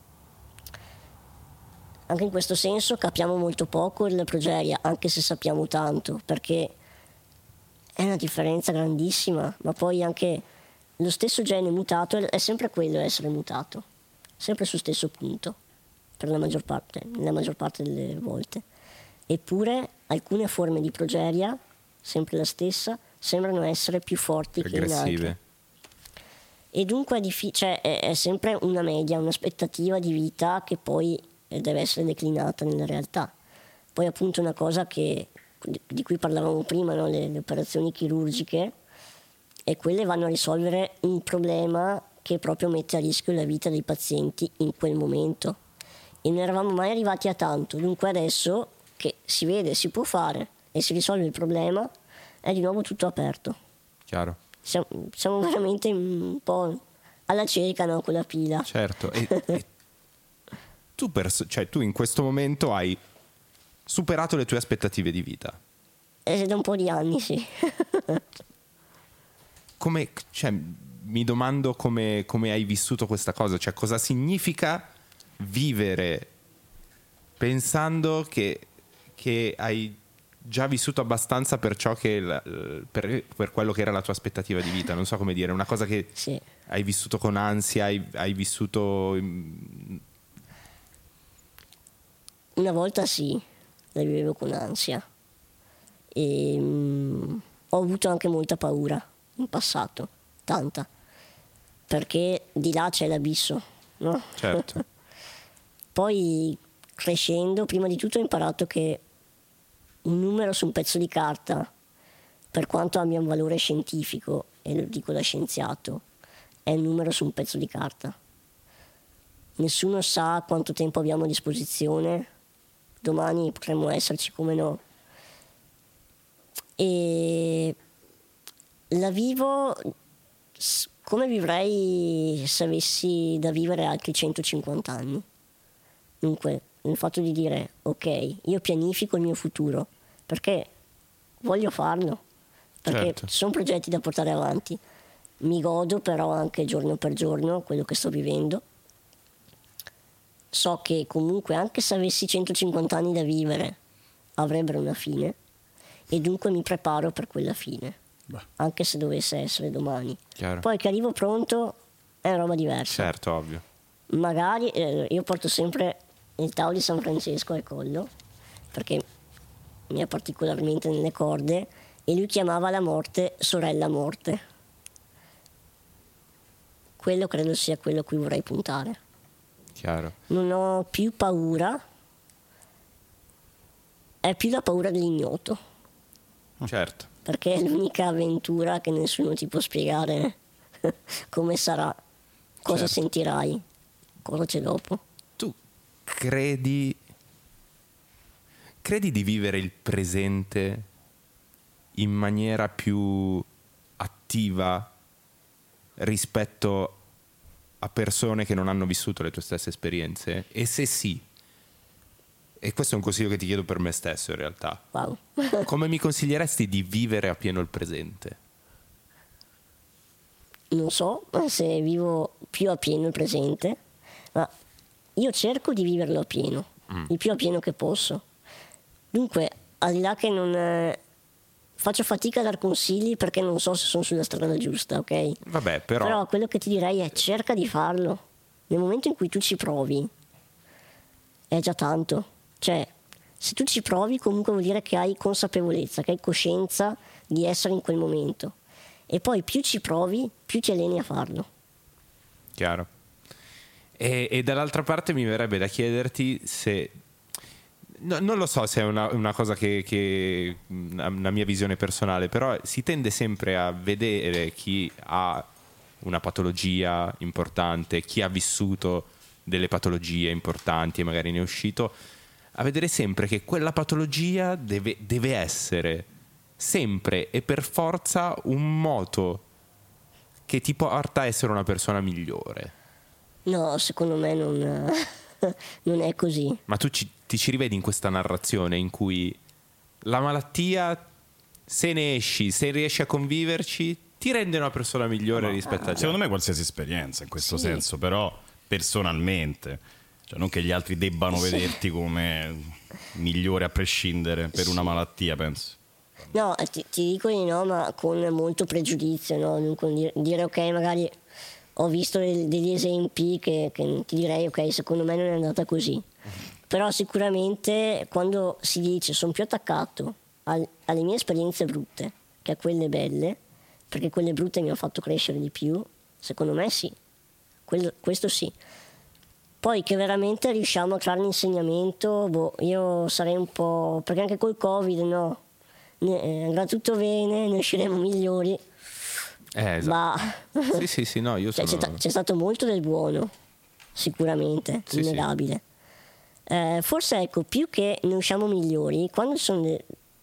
Speaker 1: Anche in questo senso capiamo molto poco della progeria, anche se sappiamo tanto, perché è una differenza grandissima, ma poi anche lo stesso gene mutato è sempre quello, essere mutato, sempre sul stesso punto, nella maggior parte delle volte. Eppure alcune forme di progeria, sempre la stessa, sembrano essere più forti che in
Speaker 2: Aggressive.
Speaker 1: altre. E dunque è sempre una media, un'aspettativa di vita che poi deve essere declinata nella realtà. Poi appunto una cosa di cui parlavamo prima, no? le operazioni chirurgiche, e quelle vanno a risolvere un problema che proprio mette a rischio la vita dei pazienti in quel momento. E non eravamo mai arrivati a tanto, dunque adesso che si vede, si può fare e si risolve il problema, è di nuovo tutto aperto.
Speaker 2: Chiaro.
Speaker 1: Siamo veramente un po' alla cieca, no, con la pila.
Speaker 2: Certo. E tu in questo momento hai superato le tue aspettative di vita.
Speaker 1: Da un po' di anni, sì.
Speaker 2: Mi domando come hai vissuto questa cosa, cioè cosa significa vivere pensando che hai già vissuto abbastanza per ciò per quello che era la tua aspettativa di vita, non so come dire, una cosa che
Speaker 1: Sì.
Speaker 2: hai vissuto con ansia, hai vissuto
Speaker 1: Una volta sì, la vivevo con ansia e ho avuto anche molta paura in passato, tanta, perché di là c'è l'abisso, no?
Speaker 2: certo.
Speaker 1: Poi crescendo, prima di tutto ho imparato che un numero su un pezzo di carta, per quanto abbia un valore scientifico, e lo dico da scienziato, è un numero su un pezzo di carta. Nessuno sa quanto tempo abbiamo a disposizione, domani potremmo esserci come no. E la vivo come vivrei se avessi da vivere altri 150 anni. Dunque, il fatto di dire, ok, io pianifico il mio futuro, perché voglio farlo, perché
Speaker 2: Certo.
Speaker 1: ci sono progetti da portare avanti. Mi godo però anche giorno per giorno quello che sto vivendo. So che comunque anche se avessi 150 anni da vivere avrebbero una fine e dunque mi preparo per quella fine, anche se dovesse essere domani.
Speaker 2: Chiaro.
Speaker 1: Poi che arrivo pronto è una roba diversa.
Speaker 2: Certo, ovvio.
Speaker 1: Magari io porto sempre il Tao di San Francesco al collo perché mi è particolarmente nelle corde e lui chiamava la morte sorella morte. Quello credo sia quello a cui vorrei puntare.
Speaker 2: Chiaro.
Speaker 1: Non ho più paura, è più la paura dell'ignoto,
Speaker 2: Certo.
Speaker 1: perché è l'unica avventura che nessuno ti può spiegare come sarà, cosa
Speaker 2: Certo.
Speaker 1: sentirai, cosa c'è dopo.
Speaker 2: Tu credi di vivere il presente in maniera più attiva rispetto a persone che non hanno vissuto le tue stesse esperienze? E se sì, e questo è un consiglio che ti chiedo per me stesso in realtà,
Speaker 1: Wow.
Speaker 2: come mi consiglieresti di vivere a pieno il presente?
Speaker 1: Non so se vivo più a pieno il presente, ma io cerco di viverlo a pieno, il più a pieno che posso. Dunque, al di là che non faccio fatica a dar consigli perché non so se sono sulla strada giusta, ok?
Speaker 2: Vabbè, però
Speaker 1: quello che ti direi è cerca di farlo. Nel momento in cui tu ci provi è già tanto. Cioè, se tu ci provi comunque vuol dire che hai consapevolezza, che hai coscienza di essere in quel momento. E poi più ci provi, più ti alleni a farlo.
Speaker 2: chiaro. E dall'altra parte mi verrebbe da chiederti se... non lo so se è una cosa che una mia visione personale, però si tende sempre a vedere chi ha una patologia importante, chi ha vissuto delle patologie importanti e magari ne è uscito, a vedere sempre che quella patologia deve essere sempre e per forza un moto che ti porta a essere una persona migliore.
Speaker 1: No, secondo me non è così.
Speaker 2: Ma tu ti ci rivedi in questa narrazione in cui la malattia, se ne esci, se riesci a conviverci, ti rende una persona migliore rispetto agli
Speaker 3: Secondo me qualsiasi esperienza in questo senso, però personalmente, cioè non che gli altri debbano vederti come migliore a prescindere per una malattia, penso.
Speaker 1: No, ti dico di no, ma con molto pregiudizio, no? Non con dire ok, magari ho visto degli esempi che ti direi ok, secondo me non è andata così. Però sicuramente quando si dice sono più attaccato alle mie esperienze brutte che a quelle belle, perché quelle brutte mi hanno fatto crescere di più, secondo me sì, questo sì. Poi che veramente riusciamo a trarne insegnamento, io sarei un po'... perché anche col Covid no, andrà tutto bene, ne usciremo migliori.
Speaker 2: Esatto.
Speaker 1: Ma
Speaker 2: sì, no, io
Speaker 1: cioè,
Speaker 2: sono...
Speaker 1: c'è stato molto del buono, sicuramente,
Speaker 2: Sì,
Speaker 1: innegabile. Forse ecco, più che ne usciamo migliori, quando ci sono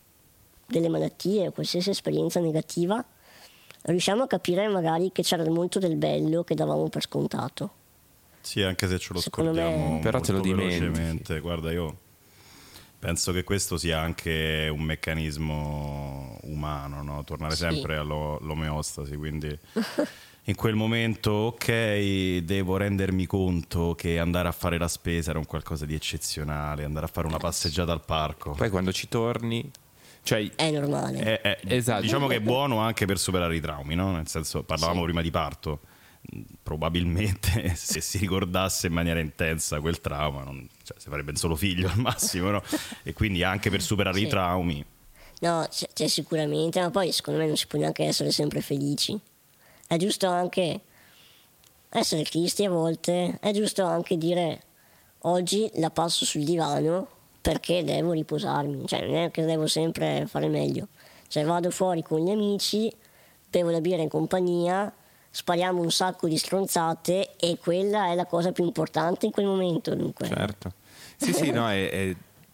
Speaker 1: delle malattie o qualsiasi esperienza negativa, riusciamo a capire magari che c'era molto del bello che davamo per scontato.
Speaker 3: Sì, anche se ce lo
Speaker 1: Secondo me-
Speaker 3: scordiamo
Speaker 2: Però te lo
Speaker 3: molto
Speaker 2: dimentichi.
Speaker 3: velocemente. Guarda, io penso che questo sia anche un meccanismo umano, no? Tornare
Speaker 1: Sì.
Speaker 3: sempre all'omeostasi, quindi in quel momento, ok, devo rendermi conto che andare a fare la spesa era un qualcosa di eccezionale, andare a fare una passeggiata al parco.
Speaker 2: Poi quando ci torni... Cioè,
Speaker 1: È normale.
Speaker 2: esatto.
Speaker 3: Diciamo che è buono anche per superare i traumi, no? Nel senso, parlavamo prima di parto. Probabilmente se si ricordasse in maniera intensa quel trauma, si farebbe un solo figlio al massimo, no? E quindi anche per superare i traumi.
Speaker 1: No, c'è sicuramente, ma poi secondo me non si può neanche essere sempre felici. È giusto anche essere tristi a volte, è giusto anche dire oggi la passo sul divano perché devo riposarmi, cioè non è che devo sempre fare meglio. Cioè vado fuori con gli amici, bevo la birra in compagnia, spariamo un sacco di stronzate e quella è la cosa più importante in quel momento, dunque.
Speaker 2: Certo. Sì, no, è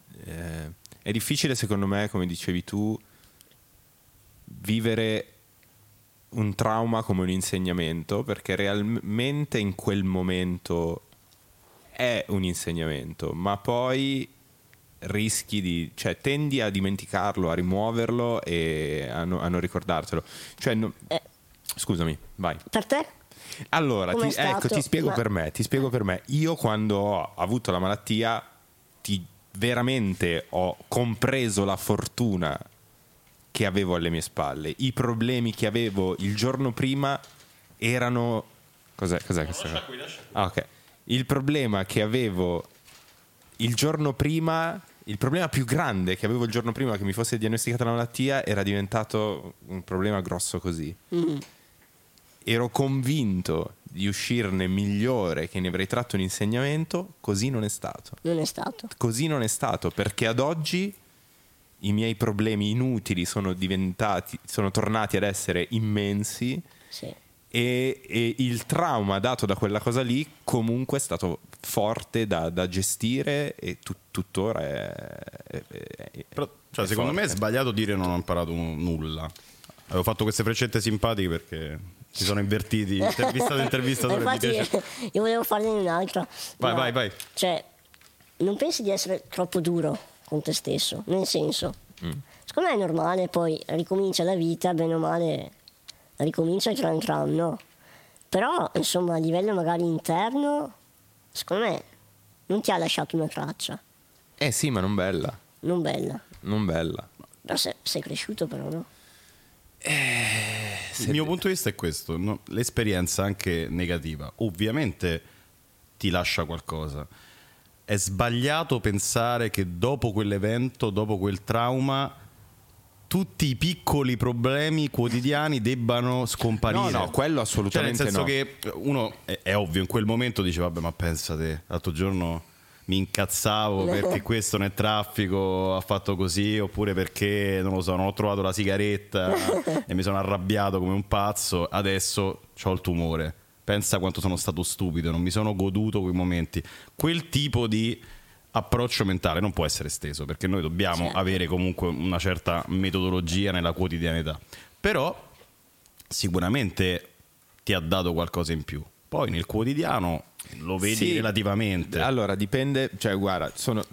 Speaker 2: difficile secondo me, come dicevi tu, vivere un trauma come un insegnamento, perché realmente in quel momento è un insegnamento, ma poi rischi cioè tendi a dimenticarlo, a rimuoverlo e a non ricordartelo. Cioè, scusami, vai.
Speaker 1: Per te?
Speaker 2: Allora,
Speaker 1: Com'è stato?
Speaker 2: ecco, ti spiego per me. Io quando ho avuto la malattia veramente ho compreso la fortuna che avevo alle mie spalle. I problemi che avevo il giorno prima erano... Cos'è questa cosa? Ah, ok. Il problema che avevo il giorno prima... Il problema più grande che avevo il giorno prima che mi fosse diagnosticata la malattia era diventato un problema grosso così. Ero convinto di uscirne migliore, che ne avrei tratto un insegnamento, così non è stato.
Speaker 1: Non è stato.
Speaker 2: Così non è stato, perché ad oggi i miei problemi inutili sono tornati ad essere immensi.
Speaker 1: Sì.
Speaker 2: E il trauma dato da quella cosa lì comunque è stato forte da gestire e tuttora
Speaker 3: Però, cioè, secondo me è sbagliato dire non ho imparato nulla. Avevo fatto queste freccette simpatiche perché si sono invertiti intervistato e intervistatore.
Speaker 1: Infatti io volevo farne un'altra.
Speaker 3: Vai.
Speaker 1: Cioè, non pensi di essere troppo duro con te stesso, nel senso, secondo me è normale, poi ricomincia la vita, bene o male, ricomincia tran no? Però, insomma, a livello magari interno, secondo me non ti ha lasciato una traccia.
Speaker 2: sì, ma non bella.
Speaker 1: Non bella.
Speaker 2: Non bella.
Speaker 1: Però sei cresciuto però, no?
Speaker 3: Il mio punto di vista è questo, no? L'esperienza anche negativa ovviamente ti lascia qualcosa. È sbagliato pensare che dopo quell'evento, dopo quel trauma, tutti i piccoli problemi quotidiani debbano scomparire.
Speaker 2: No, quello assolutamente
Speaker 3: nel senso che uno è ovvio, in quel momento dice vabbè, ma pensate, l'altro giorno mi incazzavo perché questo nel traffico ha fatto così, oppure perché non lo so, non ho trovato la sigaretta e mi sono arrabbiato come un pazzo, adesso ho il tumore. Pensa quanto sono stato stupido, non mi sono goduto quei momenti. Quel tipo di approccio mentale non può essere esteso, perché noi dobbiamo avere comunque una certa metodologia nella quotidianità. Però sicuramente ti ha dato qualcosa in più. Poi nel quotidiano lo vedi relativamente.
Speaker 2: Allora dipende, cioè guarda,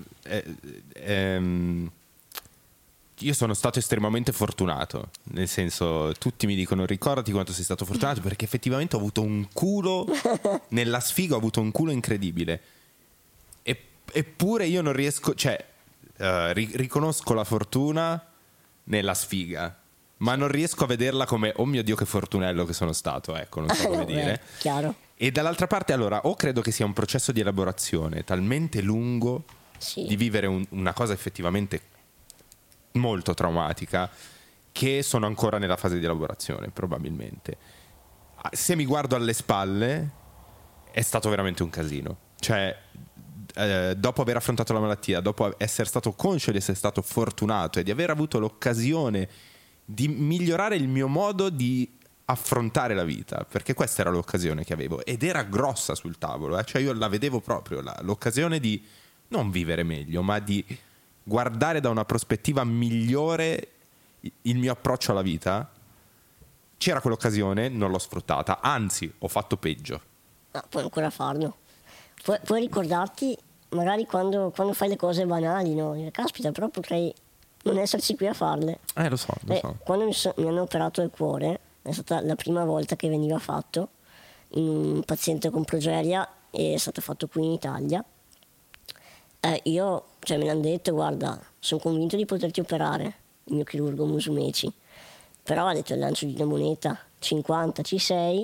Speaker 2: io sono stato estremamente fortunato, nel senso, tutti mi dicono ricordati quanto sei stato fortunato, perché effettivamente ho avuto un culo nella sfiga, ho avuto un culo incredibile, eppure io non riesco, cioè riconosco la fortuna nella sfiga, ma non riesco a vederla come oh mio Dio che fortunello che sono stato, ecco, non so come dire.
Speaker 1: Chiaro.
Speaker 2: E dall'altra parte, allora, o credo che sia un processo di elaborazione talmente lungo di vivere una cosa effettivamente molto traumatica, che sono ancora nella fase di elaborazione, probabilmente. Se mi guardo alle spalle, è stato veramente un casino. Cioè, dopo aver affrontato la malattia, dopo essere stato conscio di essere stato fortunato e di aver avuto l'occasione di migliorare il mio modo di affrontare la vita, perché questa era l'occasione che avevo ed era grossa sul tavolo, cioè io la vedevo proprio l'occasione di non vivere meglio, ma di guardare da una prospettiva migliore il mio approccio alla vita. C'era quell'occasione, non l'ho sfruttata, anzi ho fatto peggio.
Speaker 1: Ma puoi ancora farlo, puoi ricordarti magari quando fai le cose banali, no? Caspita, però potrei non esserci qui a farle.
Speaker 2: Lo so.
Speaker 1: Quando mi hanno operato il cuore, è stata la prima volta che veniva fatto in un paziente con progeria, e è stato fatto qui in Italia. Io, cioè, me l'hanno detto, guarda, sono convinto di poterti operare, il mio chirurgo Musumeci, però ha detto il lancio di una moneta, 50 ci sei,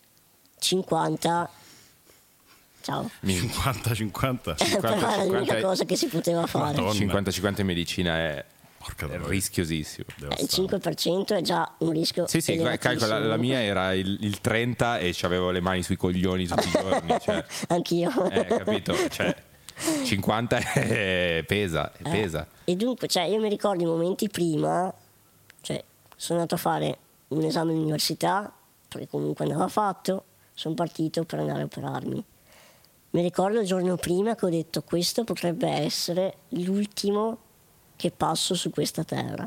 Speaker 1: 50 ciao.
Speaker 3: 50-50.
Speaker 1: Però era l'unica cosa che si poteva fare.
Speaker 2: 50-50 in medicina è rischiosissimo.
Speaker 1: Il 5% è già un rischio.
Speaker 2: Sì, calcola, la mia era il 30 e avevo le mani sui coglioni tutti i giorni. Cioè,
Speaker 1: anch'io.
Speaker 2: Capito? Cioè, 50 pesa.
Speaker 1: E dunque, cioè, io mi ricordo i momenti prima, cioè, sono andato a fare un esame all'università, perché comunque andava fatto, sono partito per andare a operarmi. Mi ricordo il giorno prima che ho detto questo potrebbe essere l'ultimo che passo su questa terra.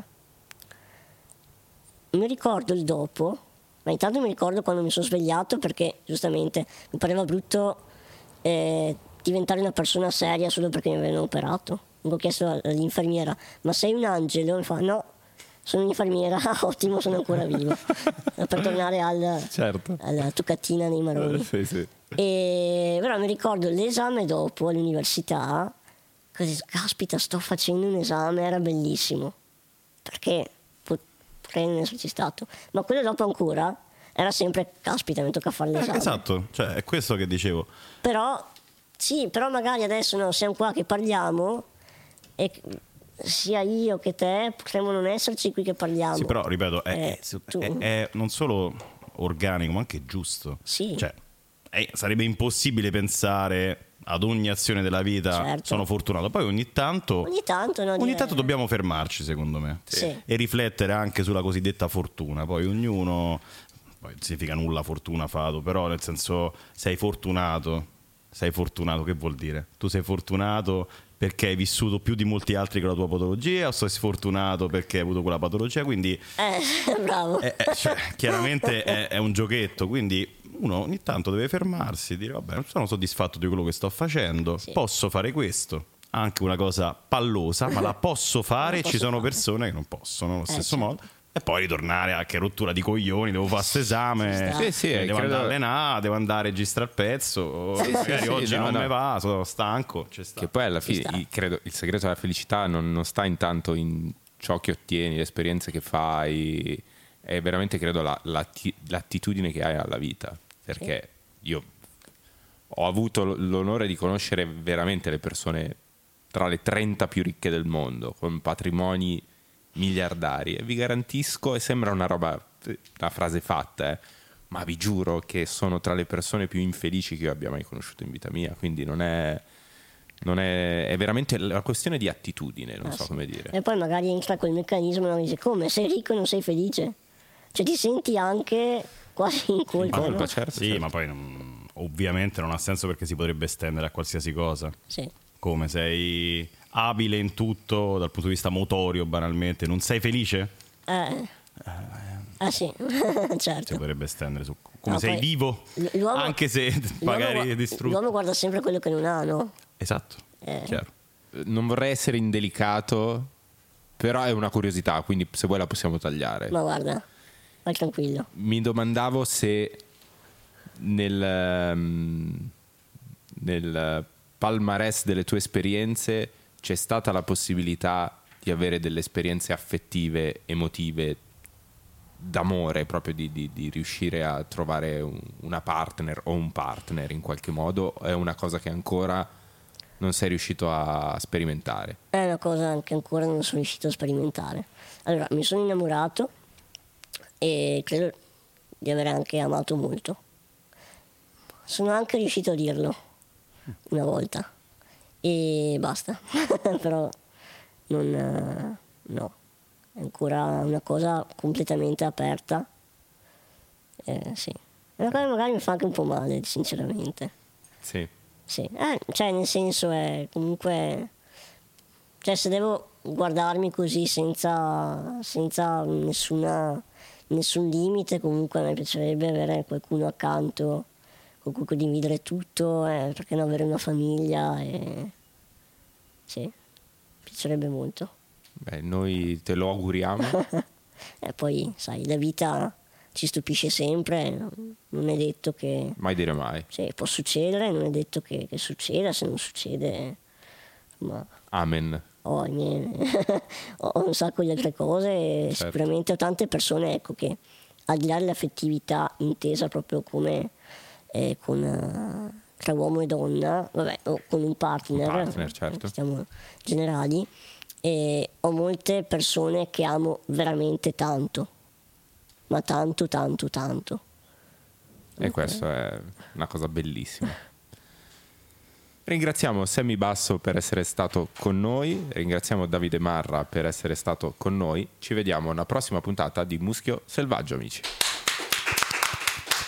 Speaker 1: Mi ricordo il dopo, ma intanto mi ricordo quando mi sono svegliato, perché giustamente mi pareva brutto diventare una persona seria solo perché mi avevano operato. Ho chiesto all'infermiera, ma sei un angelo? Mi fa, no, sono un'infermiera. Ottimo, sono ancora vivo. Per tornare alla toccattina nei maroni.
Speaker 2: Sì.
Speaker 1: E però mi ricordo l'esame dopo all'università, così, caspita, sto facendo un esame, era bellissimo, perché potrei non esserci stato, ma quello dopo ancora era sempre, caspita, mi tocca fare l'esame.
Speaker 3: Esatto, cioè è questo che dicevo.
Speaker 1: Però magari adesso no, siamo qua che parliamo e sia io che te potremmo non esserci qui che parliamo.
Speaker 3: Sì, però ripeto, è non solo organico ma anche giusto.
Speaker 1: Sì.
Speaker 3: Cioè, sarebbe impossibile pensare ad ogni azione della vita sono fortunato. Poi ogni tanto dobbiamo fermarci, secondo me, e riflettere anche sulla cosiddetta fortuna. Poi ognuno, poi significa nulla fortuna fato, però nel senso, sei fortunato, che vuol dire? Tu sei fortunato perché hai vissuto più di molti altri con la tua patologia, o sei sfortunato perché hai avuto quella patologia? Quindi
Speaker 1: bravo.
Speaker 3: Cioè, chiaramente è un giochetto, quindi uno ogni tanto deve fermarsi e dire vabbè, non sono soddisfatto di quello che sto facendo, posso fare questo, anche una cosa pallosa, ma la posso fare. Ci sono persone che non possono allo stesso modo, e poi ritornare a che rottura di coglioni, devo fare questo esame, devo andare a allenare, devo andare a registrare il pezzo, magari oggi non mi va, sono stanco, che
Speaker 2: poi alla fine credo il segreto della felicità non sta intanto in ciò che ottieni, le esperienze che fai, è veramente, credo, l'attitudine che hai alla vita, perché io ho avuto l'onore di conoscere veramente le persone tra le 30 più ricche del mondo, con patrimoni miliardari, e vi garantisco, e sembra una frase fatta, ma vi giuro che sono tra le persone più infelici che io abbia mai conosciuto in vita mia, quindi è veramente la questione di attitudine, non so come dire.
Speaker 1: E poi magari entra quel meccanismo, non dice come sei ricco e non sei felice, cioè ti senti anche quasi in colpa, no?
Speaker 2: Certo,
Speaker 3: sì,
Speaker 2: certo.
Speaker 3: Ma poi ovviamente non ha senso, perché si potrebbe estendere a qualsiasi cosa.
Speaker 1: Sì.
Speaker 3: Come sei abile in tutto dal punto di vista motorio, banalmente, non sei felice?
Speaker 1: Sì, certo.
Speaker 3: Si potrebbe estendere su come
Speaker 1: No,
Speaker 3: sei
Speaker 1: poi
Speaker 3: vivo, anche se magari è distrutto.
Speaker 1: L'uomo guarda sempre quello che non ha, no?
Speaker 3: Esatto, chiaro.
Speaker 2: Non vorrei essere indelicato, però è una curiosità, quindi se vuoi la possiamo tagliare.
Speaker 1: Ma guarda, vai tranquillo.
Speaker 2: Mi domandavo se nel palmarès delle tue esperienze c'è stata la possibilità di avere delle esperienze affettive, emotive, d'amore, proprio di riuscire a trovare una partner o un partner in qualche modo. È una cosa che ancora non sei riuscito a sperimentare?
Speaker 1: È una cosa che ancora non sono riuscito a sperimentare. Allora, mi sono innamorato e credo di aver anche amato molto. Sono anche riuscito a dirlo una volta e basta. Però non, no, è ancora una cosa completamente aperta. Sì, è una cosa che magari mi fa anche un po' male, sinceramente.
Speaker 2: Sì.
Speaker 1: Sì, cioè nel senso è comunque, cioè se devo guardarmi così senza nessun limite, comunque a me piacerebbe avere qualcuno accanto con cui condividere tutto, perché no, avere una famiglia, sì, piacerebbe molto.
Speaker 2: Beh, noi te lo auguriamo.
Speaker 1: E poi sai, la vita ci stupisce sempre, non è detto che...
Speaker 2: Mai dire mai.
Speaker 1: Sì, può succedere, non è detto che succeda, se non succede... Ma
Speaker 2: Amen.
Speaker 1: ho un sacco di altre cose e
Speaker 2: Certo.
Speaker 1: Sicuramente ho tante persone, ecco, che al di là dell'affettività intesa proprio come tra uomo e donna, vabbè, o con un partner,
Speaker 2: certo.
Speaker 1: stiamo generali, e ho molte persone che amo veramente tanto, ma tanto.
Speaker 2: E questo è una cosa bellissima. Ringraziamo Sammy Basso per essere stato con noi, ringraziamo Davide Marra per essere stato con noi. Ci vediamo alla prossima puntata di Muschio Selvaggio, amici.